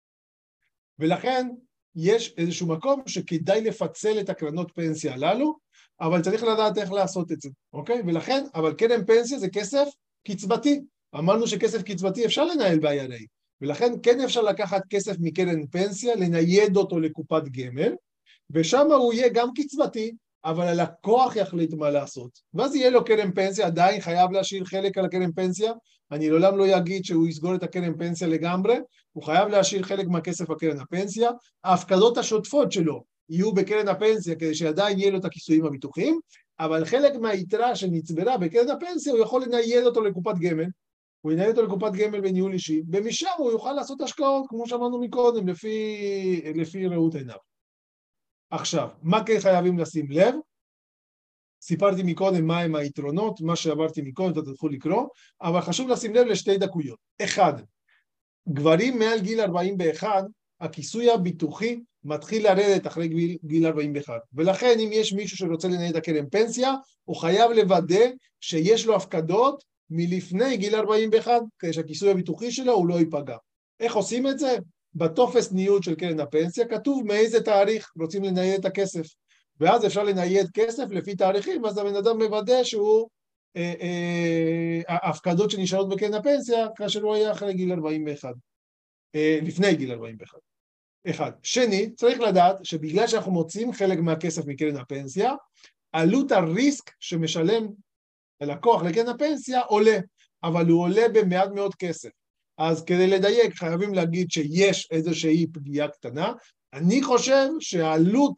ולכן יש איזשהו מקום שכדאי לפצל את הקרנות פנסיה הללו, אבל צריך לדעת איך לעשות את זה, אוקיי? ולכן, אבל קרן פנסיה זה כסף קצבתי, אמרנו שכסף קצבתי אפשר לנהל ב-איי אר איי, ולכן כן אפשר לקחת כסף מקרן פנסיה, לנייד אותו לקופת גמל, ושם הוא יהיה גם קצבתי, אבל הלקוח יחליט מה לעשות. ואז יהיה לו קרן פנסיה, עדיין חייב להשאיר חלק על הקרן פנסיה, אני לעולם לא יגיד שהוא יסגור את הקרן פנסיה לגמרי, הוא חייב להשאיר חלק מהכסף בקרן הפנסיה, ההפקדות השוטפות שלו יהיו בקרן הפנסיה, כדי שעדיין יהיה לו את הכיסויים הביטוחיים, אבל חלק מהיתרה שנצברה בקרן הפנסיה, הוא יכול לנייד אותו לקופת גמל, הוא ינהל אותו לקופת גמל בניהול אישי, ומשם הוא יוכל לעשות השקעות, כמו שאמרנו מקודם, לפי, לפי ראות עיניו. עכשיו, מה כן חייבים לשים לב? סיפרתי מקודם מה הם היתרונות, מה שעברתי מקודם, אתה תתחילו לקרוא, אבל חשוב לשים לב לשתי דקויות. אחד, גברים מעל גיל ארבעים ואחת, הכיסוי הביטוחי מתחיל לרדת אחרי גיל, גיל ארבעים ואחת, ולכן אם יש מישהו שרוצה לנהל את הקרן פנסיה, הוא חייב לוודא שיש לו הפקדות מלפני גיל ארבעים ואחת, כדי שהכיסוי הביטוחי שלו הוא לא ייפגע. איך עושים את זה? בטופס ניוד של קרן הפנסיה כתוב מאיזה תאריך רוצים לנייד את הכסף, ואז אפשר לנייד כסף לפי תאריכים, ואז הבן אדם מוודא שהוא, אה, אה, ההפקדות שנשארות בקרן הפנסיה, כאשר הוא היה אחרי גיל ארבעים ואחת, אה, לפני גיל ארבעים ואחת. אחד. שני, צריך לדעת שבגלל שאנחנו מוצאים חלק מהכסף מקרן הפנסיה, עלות הריסק שמשלם הלקוח לקרן הפנסיה עולה, אבל הוא עולה במעט מאוד כסף. אז כדי לדייק חייבים להגיד שיש איזושהי פגיעה קטנה. אני חושב שהעלות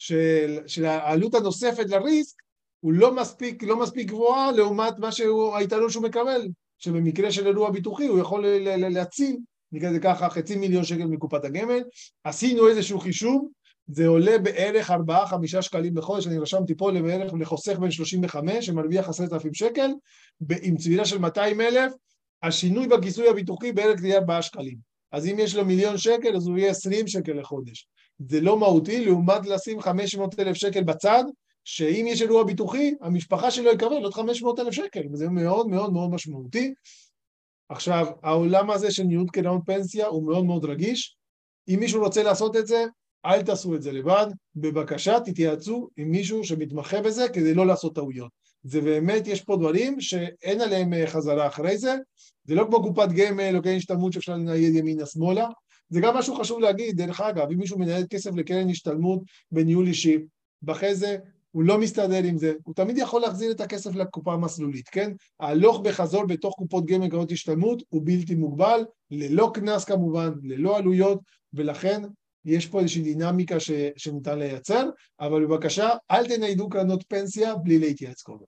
של, של העלות הנוספת לריסק, הוא לא מספיק, לא מספיק גבוהה לעומת מה שהוא, היתרון שהוא מקבל, שבמקרה של אירוע ביטוחי הוא יכול להציל, נקרא זה ככה, חצי מיליון שקל מקופת הגמל. עשינו איזשהו חישוב, זה עולה בערך ארבעה חמישה שקלים בחודש, אני רשמתי פה לבערך לחוסך בין שלושים וחמש, שמרוויח עשרת אלפים שקל, עם צבירה של מאתיים אלף, השינוי בכיסוי הביטוחי בערך תהיה ארבעה שקלים. אז אם יש לו מיליון שקל, אז הוא יהיה עשרים שקל לחודש. זה לא מהותי, לעומת לשים חמש מאות אלף שקל בצד, שאם יש אירוע ביטוחי, המשפחה שלו יקבל עוד חמש מאות אלף שקל, וזה מאוד מאוד מאוד משמעותי. עכשיו, העולם הזה של ניהול קרנות פנסיה הוא מאוד מאוד רגיש. אם מישהו רוצה לעשות את זה, אל תעשו את זה לבד, בבקשה תתייעצו עם מישהו שמתמחה בזה כדי לא לעשות טעויות. זה באמת, יש פה דברים שאין עליהם חזרה אחרי זה, זה לא כמו קופת גמל או קרן השתלמות שאפשר לנייד ימינה שמאלה, זה גם משהו חשוב להגיד, דרך אגב, אם מישהו מנהל כסף לקרן השתלמות בניהול אישי, אחרי זה הוא לא מסתדר עם זה, הוא תמיד יכול להחזיר את הכסף לקופה המסלולית, כן? ההלוך בחזור בתוך קופות גמל קרנות השתלמות הוא בלתי מוגבל, ללא קנס כמובן, ללא עלויות, ולכן יש פה איזושהי דינמיקה ש, שניתן לייצר, אבל בבקשה, אל תניידו קרנות פנסיה בלי להתייעץ קודם.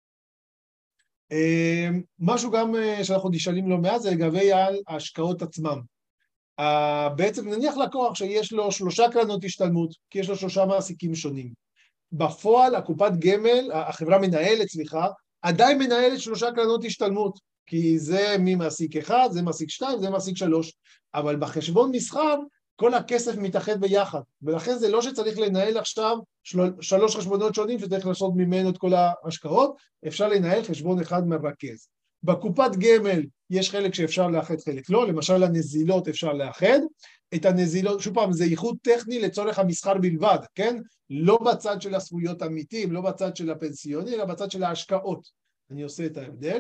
משהו גם שאנחנו נשאלים לא מעט זה לגבי על ההשקעות עצמם. בעצם נניח לקוח שיש לו שלושה קרנות השתלמות, כי יש לו שלושה מעסיקים שונים. בפועל הקופת גמל, החברה מנהלת, סליחה, עדיין מנהלת שלושה קרנות השתלמות, כי זה ממעסיק אחד, זה מעסיק שתיים, זה מעסיק שלוש, אבל בחשבון מסחר, כל הכסף מתאחד ביחד, ולכן זה לא שצריך לנהל עכשיו של... שלוש חשבונות שונים שצריך לעשות ממנו את כל ההשקעות, אפשר לנהל חשבון אחד מרכז. בקופת גמל יש חלק שאפשר לאחד, חלק לא, למשל הנזילות אפשר לאחד, את הנזילות, שוב פעם, זה ייחוד טכני לצורך המסחר בלבד, כן? לא בצד של הזכויות עמיתים, לא בצד של הפנסיוני, אלא בצד של ההשקעות. אני עושה את ההבדל,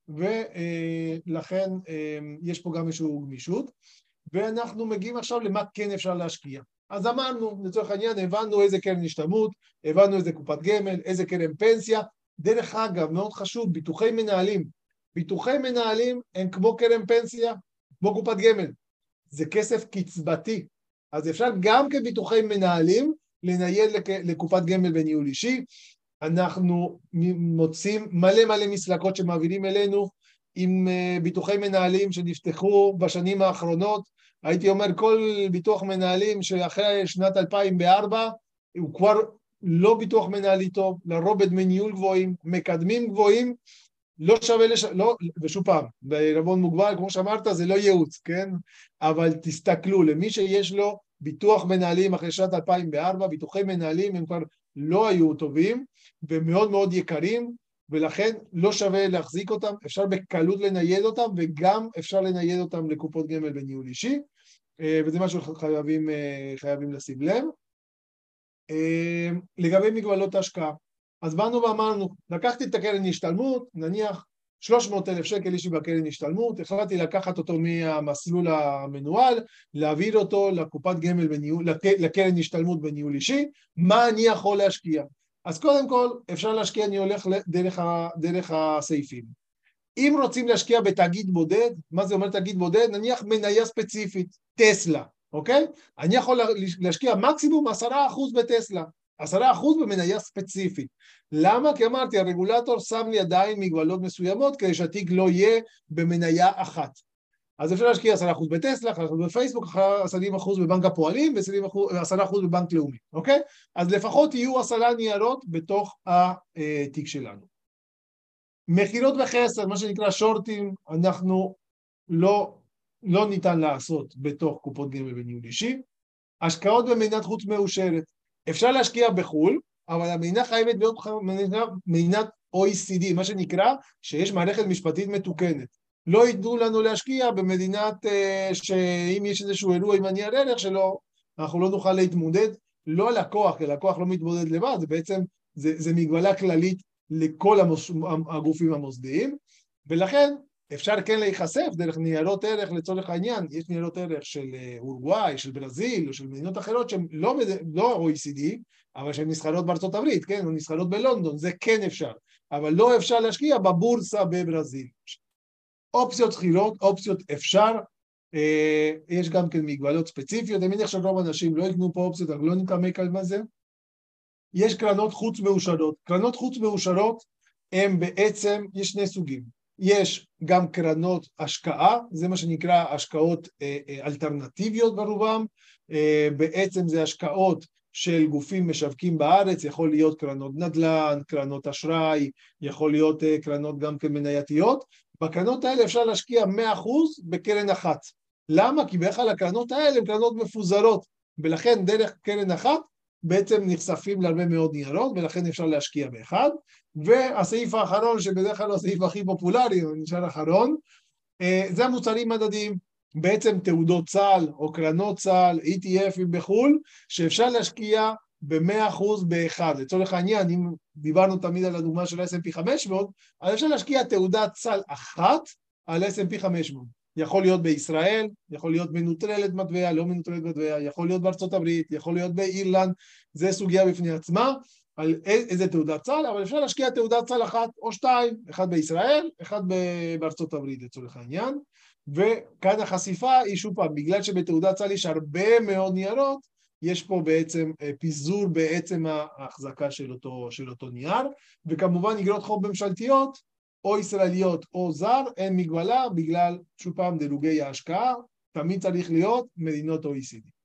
ולכן יש פה גם איזשהו גמישות, ואנחנו מגיעים עכשיו למה כן אפשר להשקיע. אז אמרנו, לצורך העניין, הבנו איזה קרן השתלמות, הבנו איזה קופת גמל, איזה קרן פנסיה. דרך אגב, מאוד חשוב, ביטוחי מנהלים. ביטוחי מנהלים הם כמו קרן פנסיה, כמו קופת גמל. זה כסף קצבתי. אז אפשר גם כביטוחי מנהלים לנייד לקופת גמל בניהול אישי. אנחנו מוצאים מלא מלא מסלקות שמעבירים אלינו עם ביטוחי מנהלים שנפתחו בשנים האחרונות. הייתי אומר, כל ביטוח מנהלים שאחרי שנת אלפיים וארבע, הוא כבר לא ביטוח מנהלי טוב, לרוב בדמי ניהול גבוהים, מקדמים גבוהים, לא שווה לש... לא, ושוב פעם, בעירבון מוגבל, כמו שאמרת, זה לא ייעוץ, כן? אבל תסתכלו, למי שיש לו ביטוח מנהלים אחרי שנת אלפיים וארבע, ביטוחי מנהלים הם כבר לא היו טובים, ומאוד מאוד יקרים, ולכן לא שווה להחזיק אותם, אפשר בקלות לנייד אותם, וגם אפשר לנייד אותם לקופות גמל בניהול אישי, וזה משהו חייבים, חייבים לשים לב. לגבי מגבלות ההשקעה, אז באנו ואמרנו, לקחתי את הקרן השתלמות, נניח שלוש מאות אלף שקל יש לי בקרן השתלמות, החלטתי לקחת אותו מהמסלול המנוהל, להעביר אותו לקופת גמל בניהול, לקרן השתלמות בניהול אישי, מה אני יכול להשקיע? אז קודם כל, אפשר להשקיע, אני הולך דרך, ה, דרך הסעיפים. אם רוצים להשקיע בתאגיד בודד, מה זה אומר תאגיד בודד? נניח מניה ספציפית, טסלה, אוקיי? אני יכול להשקיע מקסימום עשרה אחוז בטסלה, עשרה אחוז במניה ספציפית. למה? כי אמרתי, הרגולטור שם לי עדיין מגבלות מסוימות, כדי שהתיק לא יהיה במניה אחת. אז אפשר להשקיע עשרה אחוז בטסלה, עשרה אחוז בפייסבוק, עשרים אחוז בבנק הפועלים, ועשרה אחוז בבנק לאומי, אוקיי? אז לפחות יהיו עשרה ניירות בתוך התיק שלנו. מחירות וחסר, מה שנקרא שורטים, אנחנו לא, לא ניתן לעשות בתוך קופות גמל בניהול אישי. השקעות במדינת חוץ מאושרת. אפשר להשקיע בחול, אבל המדינה חייבת להיות מדינת או אי סי די, מה שנקרא שיש מערכת משפטית מתוקנת. לא ייתנו לנו להשקיע במדינת שאם יש איזשהו אירוע עם הנייר ערך שלו, אנחנו לא נוכל להתמודד, לא הלקוח, כי הלקוח לא מתמודד לבד, זה בעצם, זה, זה מגבלה כללית לכל המוס, הגופים המוסדיים, ולכן אפשר כן להיחשף דרך ניירות ערך לצורך העניין, יש ניירות ערך של אורוגוואי, של ברזיל, או של מדינות אחרות שהן לא, לא או אי סי די, אבל שהן נסחרות בארצות הברית, כן, או נסחרות בלונדון, זה כן אפשר, אבל לא אפשר להשקיע בבורסה בברזיל. אופציות סחירות, אופציות אפשר, אה, יש גם כן מגבלות ספציפיות, אני מניח שרוב אנשים לא יקנו פה אופציות, אבל לא נתעמק על מה זה, יש קרנות חוץ מאושרות. קרנות חוץ מאושרות הם בעצם, יש שני סוגים. יש גם קרנות השקעה, זה מה שנקרא השקעות אה, אה, אלטרנטיביות ברובם, אה, בעצם זה השקעות של גופים משווקים בארץ, יכול להיות קרנות נדל"ן, קרנות אשראי, יכול להיות אה, קרנות גם כמנייתיות, בקרנות האלה אפשר להשקיע מאה אחוז בקרן אחת. למה? כי בכלל הקרנות האלה הן קרנות מפוזרות, ולכן דרך קרן אחת בעצם נחשפים להרבה מאוד ניירות, ולכן אפשר להשקיע באחד. והסעיף האחרון, שבדרך כלל הוא הסעיף הכי פופולרי, הוא נשאר אחרון, זה המוצרים מדדיים, בעצם תעודות צה"ל או קרנות צה"ל, אי טי אפים בחו"ל, שאפשר להשקיע ב-מאה אחוז באחד. לצורך העניין, אם דיברנו תמיד על הדוגמה של ה-אס אנד פי חמש מאות, אז אפשר להשקיע תעודת צה"ל אחת על אס אנד פי חמש מאות. יכול להיות בישראל, יכול להיות מנוטרלת מטבע, לא מנוטרלת מטבע, יכול להיות בארצות הברית, יכול להיות באירלנד, זה סוגיה בפני עצמה, על איזה תעודת צה"ל, אבל אפשר להשקיע תעודת צה"ל אחת או שתיים, אחד בישראל, אחד בארצות הברית לצורך העניין, וכאן החשיפה היא שוב פעם, בגלל שבתעודת צה"ל יש הרבה מאוד ניירות, יש פה בעצם פיזור בעצם ההחזקה של אותו, של אותו נייר, וכמובן אגרות חוב ממשלתיות, או ישראליות או זר, אין מגבלה, בגלל שוב פעם דירוגי ההשקעה, תמיד צריך להיות מדינות או אי סי די.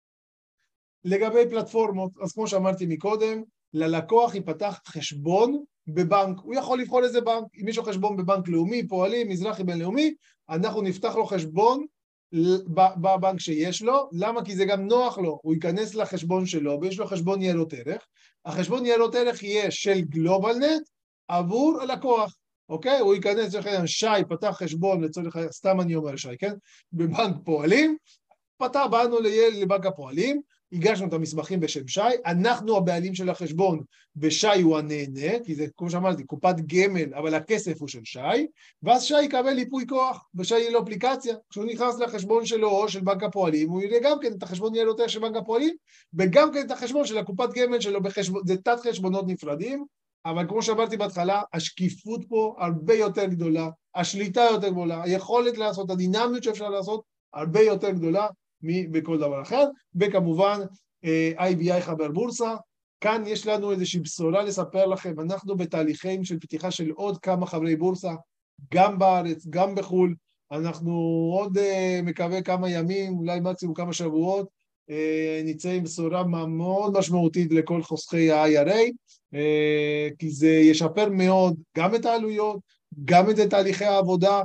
לגבי פלטפורמות, אז כמו שאמרתי מקודם, ללקוח ייפתח חשבון בבנק, הוא יכול לבחור איזה בנק, אם יש לו חשבון בבנק לאומי, פועלים, מזרחי בינלאומי, אנחנו נפתח לו חשבון בבנק שיש לו, למה? כי זה גם נוח לו, הוא ייכנס לחשבון שלו, ויש לו חשבון ניירות ערך, החשבון ניירות ערך יהיה של גלובלנט עבור הלקוח, אוקיי? הוא ייכנס, שי פתח חשבון, לצורך, סתם אני אומר שי, כן? בבנק פועלים, פתח, באנו לבנק הפועלים, הגשנו את המסמכים בשם שי, אנחנו הבעלים של החשבון, ושי הוא הנהנה, כי זה, כמו שאמרתי, קופת גמל, אבל הכסף הוא של שי, ואז שי יקבל ליפוי כוח, ושי יהיה לו אפליקציה, כשהוא נכנס לחשבון שלו או של בנק הפועלים, הוא יראה גם כן את החשבון ניירות ערך של בנק הפועלים, וגם כן את החשבון של הקופת גמל שלו, בחשבון, זה תת חשבונות נפרדים, אבל כמו שאמרתי בהתחלה, השקיפות פה הרבה יותר גדולה, השליטה יותר גדולה, היכולת לעשות, הדינמיות שאפשר לעשות, הרבה יותר גדולה מבכל דבר אחר, וכמובן איי בי איי חבר בורסה, כאן יש לנו איזושהי בשורה לספר לכם, אנחנו בתהליכים של פתיחה של עוד כמה חברי בורסה, גם בארץ, גם בחול, אנחנו עוד מקווה כמה ימים, אולי מקסימום כמה שבועות, נצא עם בשורה מאוד משמעותית לכל חוסכי ה-איי אר איי, כי זה ישפר מאוד גם את העלויות, גם את תהליכי העבודה,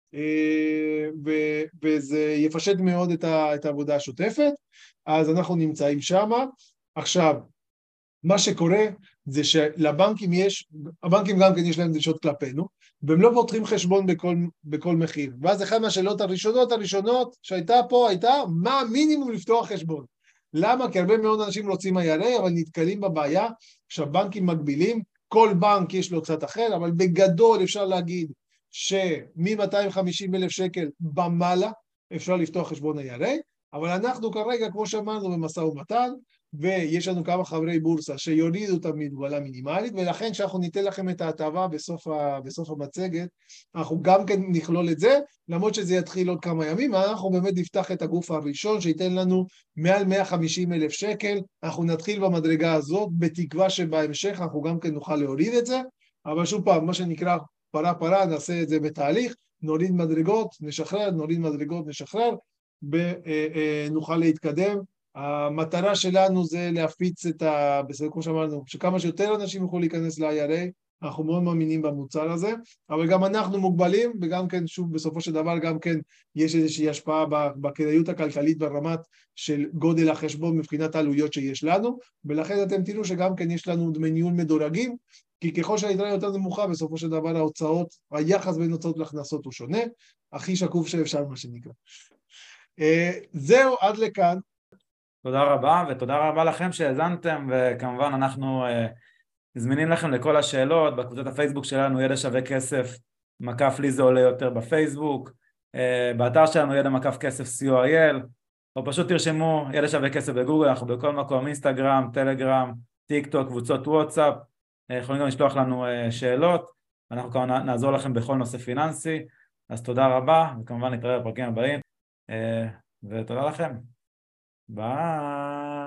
וזה יפשט מאוד את העבודה השוטפת, אז אנחנו נמצאים שם. עכשיו, מה שקורה זה שלבנקים יש, הבנקים גם כן יש להם דרישות כלפינו, והם לא פותחים חשבון בכל, בכל מחיר, ואז אחת מהשאלות הראשונות הראשונות שהייתה פה הייתה, מה המינימום לפתוח חשבון? למה? כי הרבה מאוד אנשים רוצים איי אר איי, אבל נתקלים בבעיה שהבנקים מגבילים, כל בנק יש לו קצת אחר, אבל בגדול אפשר להגיד שמ-מאתיים וחמישים אלף שקל במעלה אפשר לפתוח חשבון איי אר איי, אבל אנחנו כרגע, כמו שאמרנו, במשא ומתן, ויש לנו כמה חברי בורסה שיורידו את המגבלה מינימלית, ולכן כשאנחנו ניתן לכם את ההטבה בסוף, ה... בסוף המצגת, אנחנו גם כן נכלול את זה, למרות שזה יתחיל עוד כמה ימים, אנחנו באמת נפתח את הגוף הראשון שייתן לנו מעל מאה וחמישים אלף שקל, אנחנו נתחיל במדרגה הזאת, בתקווה שבהמשך אנחנו גם כן נוכל להוריד את זה, אבל שוב פעם, מה שנקרא פרה פרה, נעשה את זה בתהליך, נוריד מדרגות, נשחרר, נוריד מדרגות, נשחרר, ונוכל להתקדם. המטרה שלנו זה להפיץ את ה... בסדר, כמו שאמרנו, שכמה שיותר אנשים יוכלו להיכנס ל-איי אר איי, אנחנו מאוד מאמינים במוצר הזה, אבל גם אנחנו מוגבלים, וגם כן, שוב, בסופו של דבר, גם כן יש איזושהי השפעה בכדאיות הכלכלית ברמת של גודל החשבון מבחינת העלויות שיש לנו, ולכן אתם תראו שגם כן יש לנו דמי ניהול מדורגים, כי ככל שהיתרה יותר נמוכה, בסופו של דבר ההוצאות, היחס בין הוצאות להכנסות הוא שונה, הכי שקוף שאפשר מה שנקרא. זהו, עד לכאן. תודה רבה, ותודה רבה לכם שהאזנתם, וכמובן אנחנו אה, זמינים לכם לכל השאלות, בקבוצת הפייסבוק שלנו ידע שווה כסף, מקף לי זה עולה יותר בפייסבוק, אה, באתר שלנו ידע מקף כסף סי או איי אל, או פשוט תרשמו ידע שווה כסף בגוגל, אנחנו בכל מקום, אינסטגרם, טלגרם, טיק טוק, קבוצות וואטסאפ, אה, יכולים גם לשלוח לנו אה, שאלות, אנחנו כמובן נעזור לכם בכל נושא פיננסי, אז תודה רבה, וכמובן נתראה בפרקים הבאים, אה, ותודה לכם. Bye.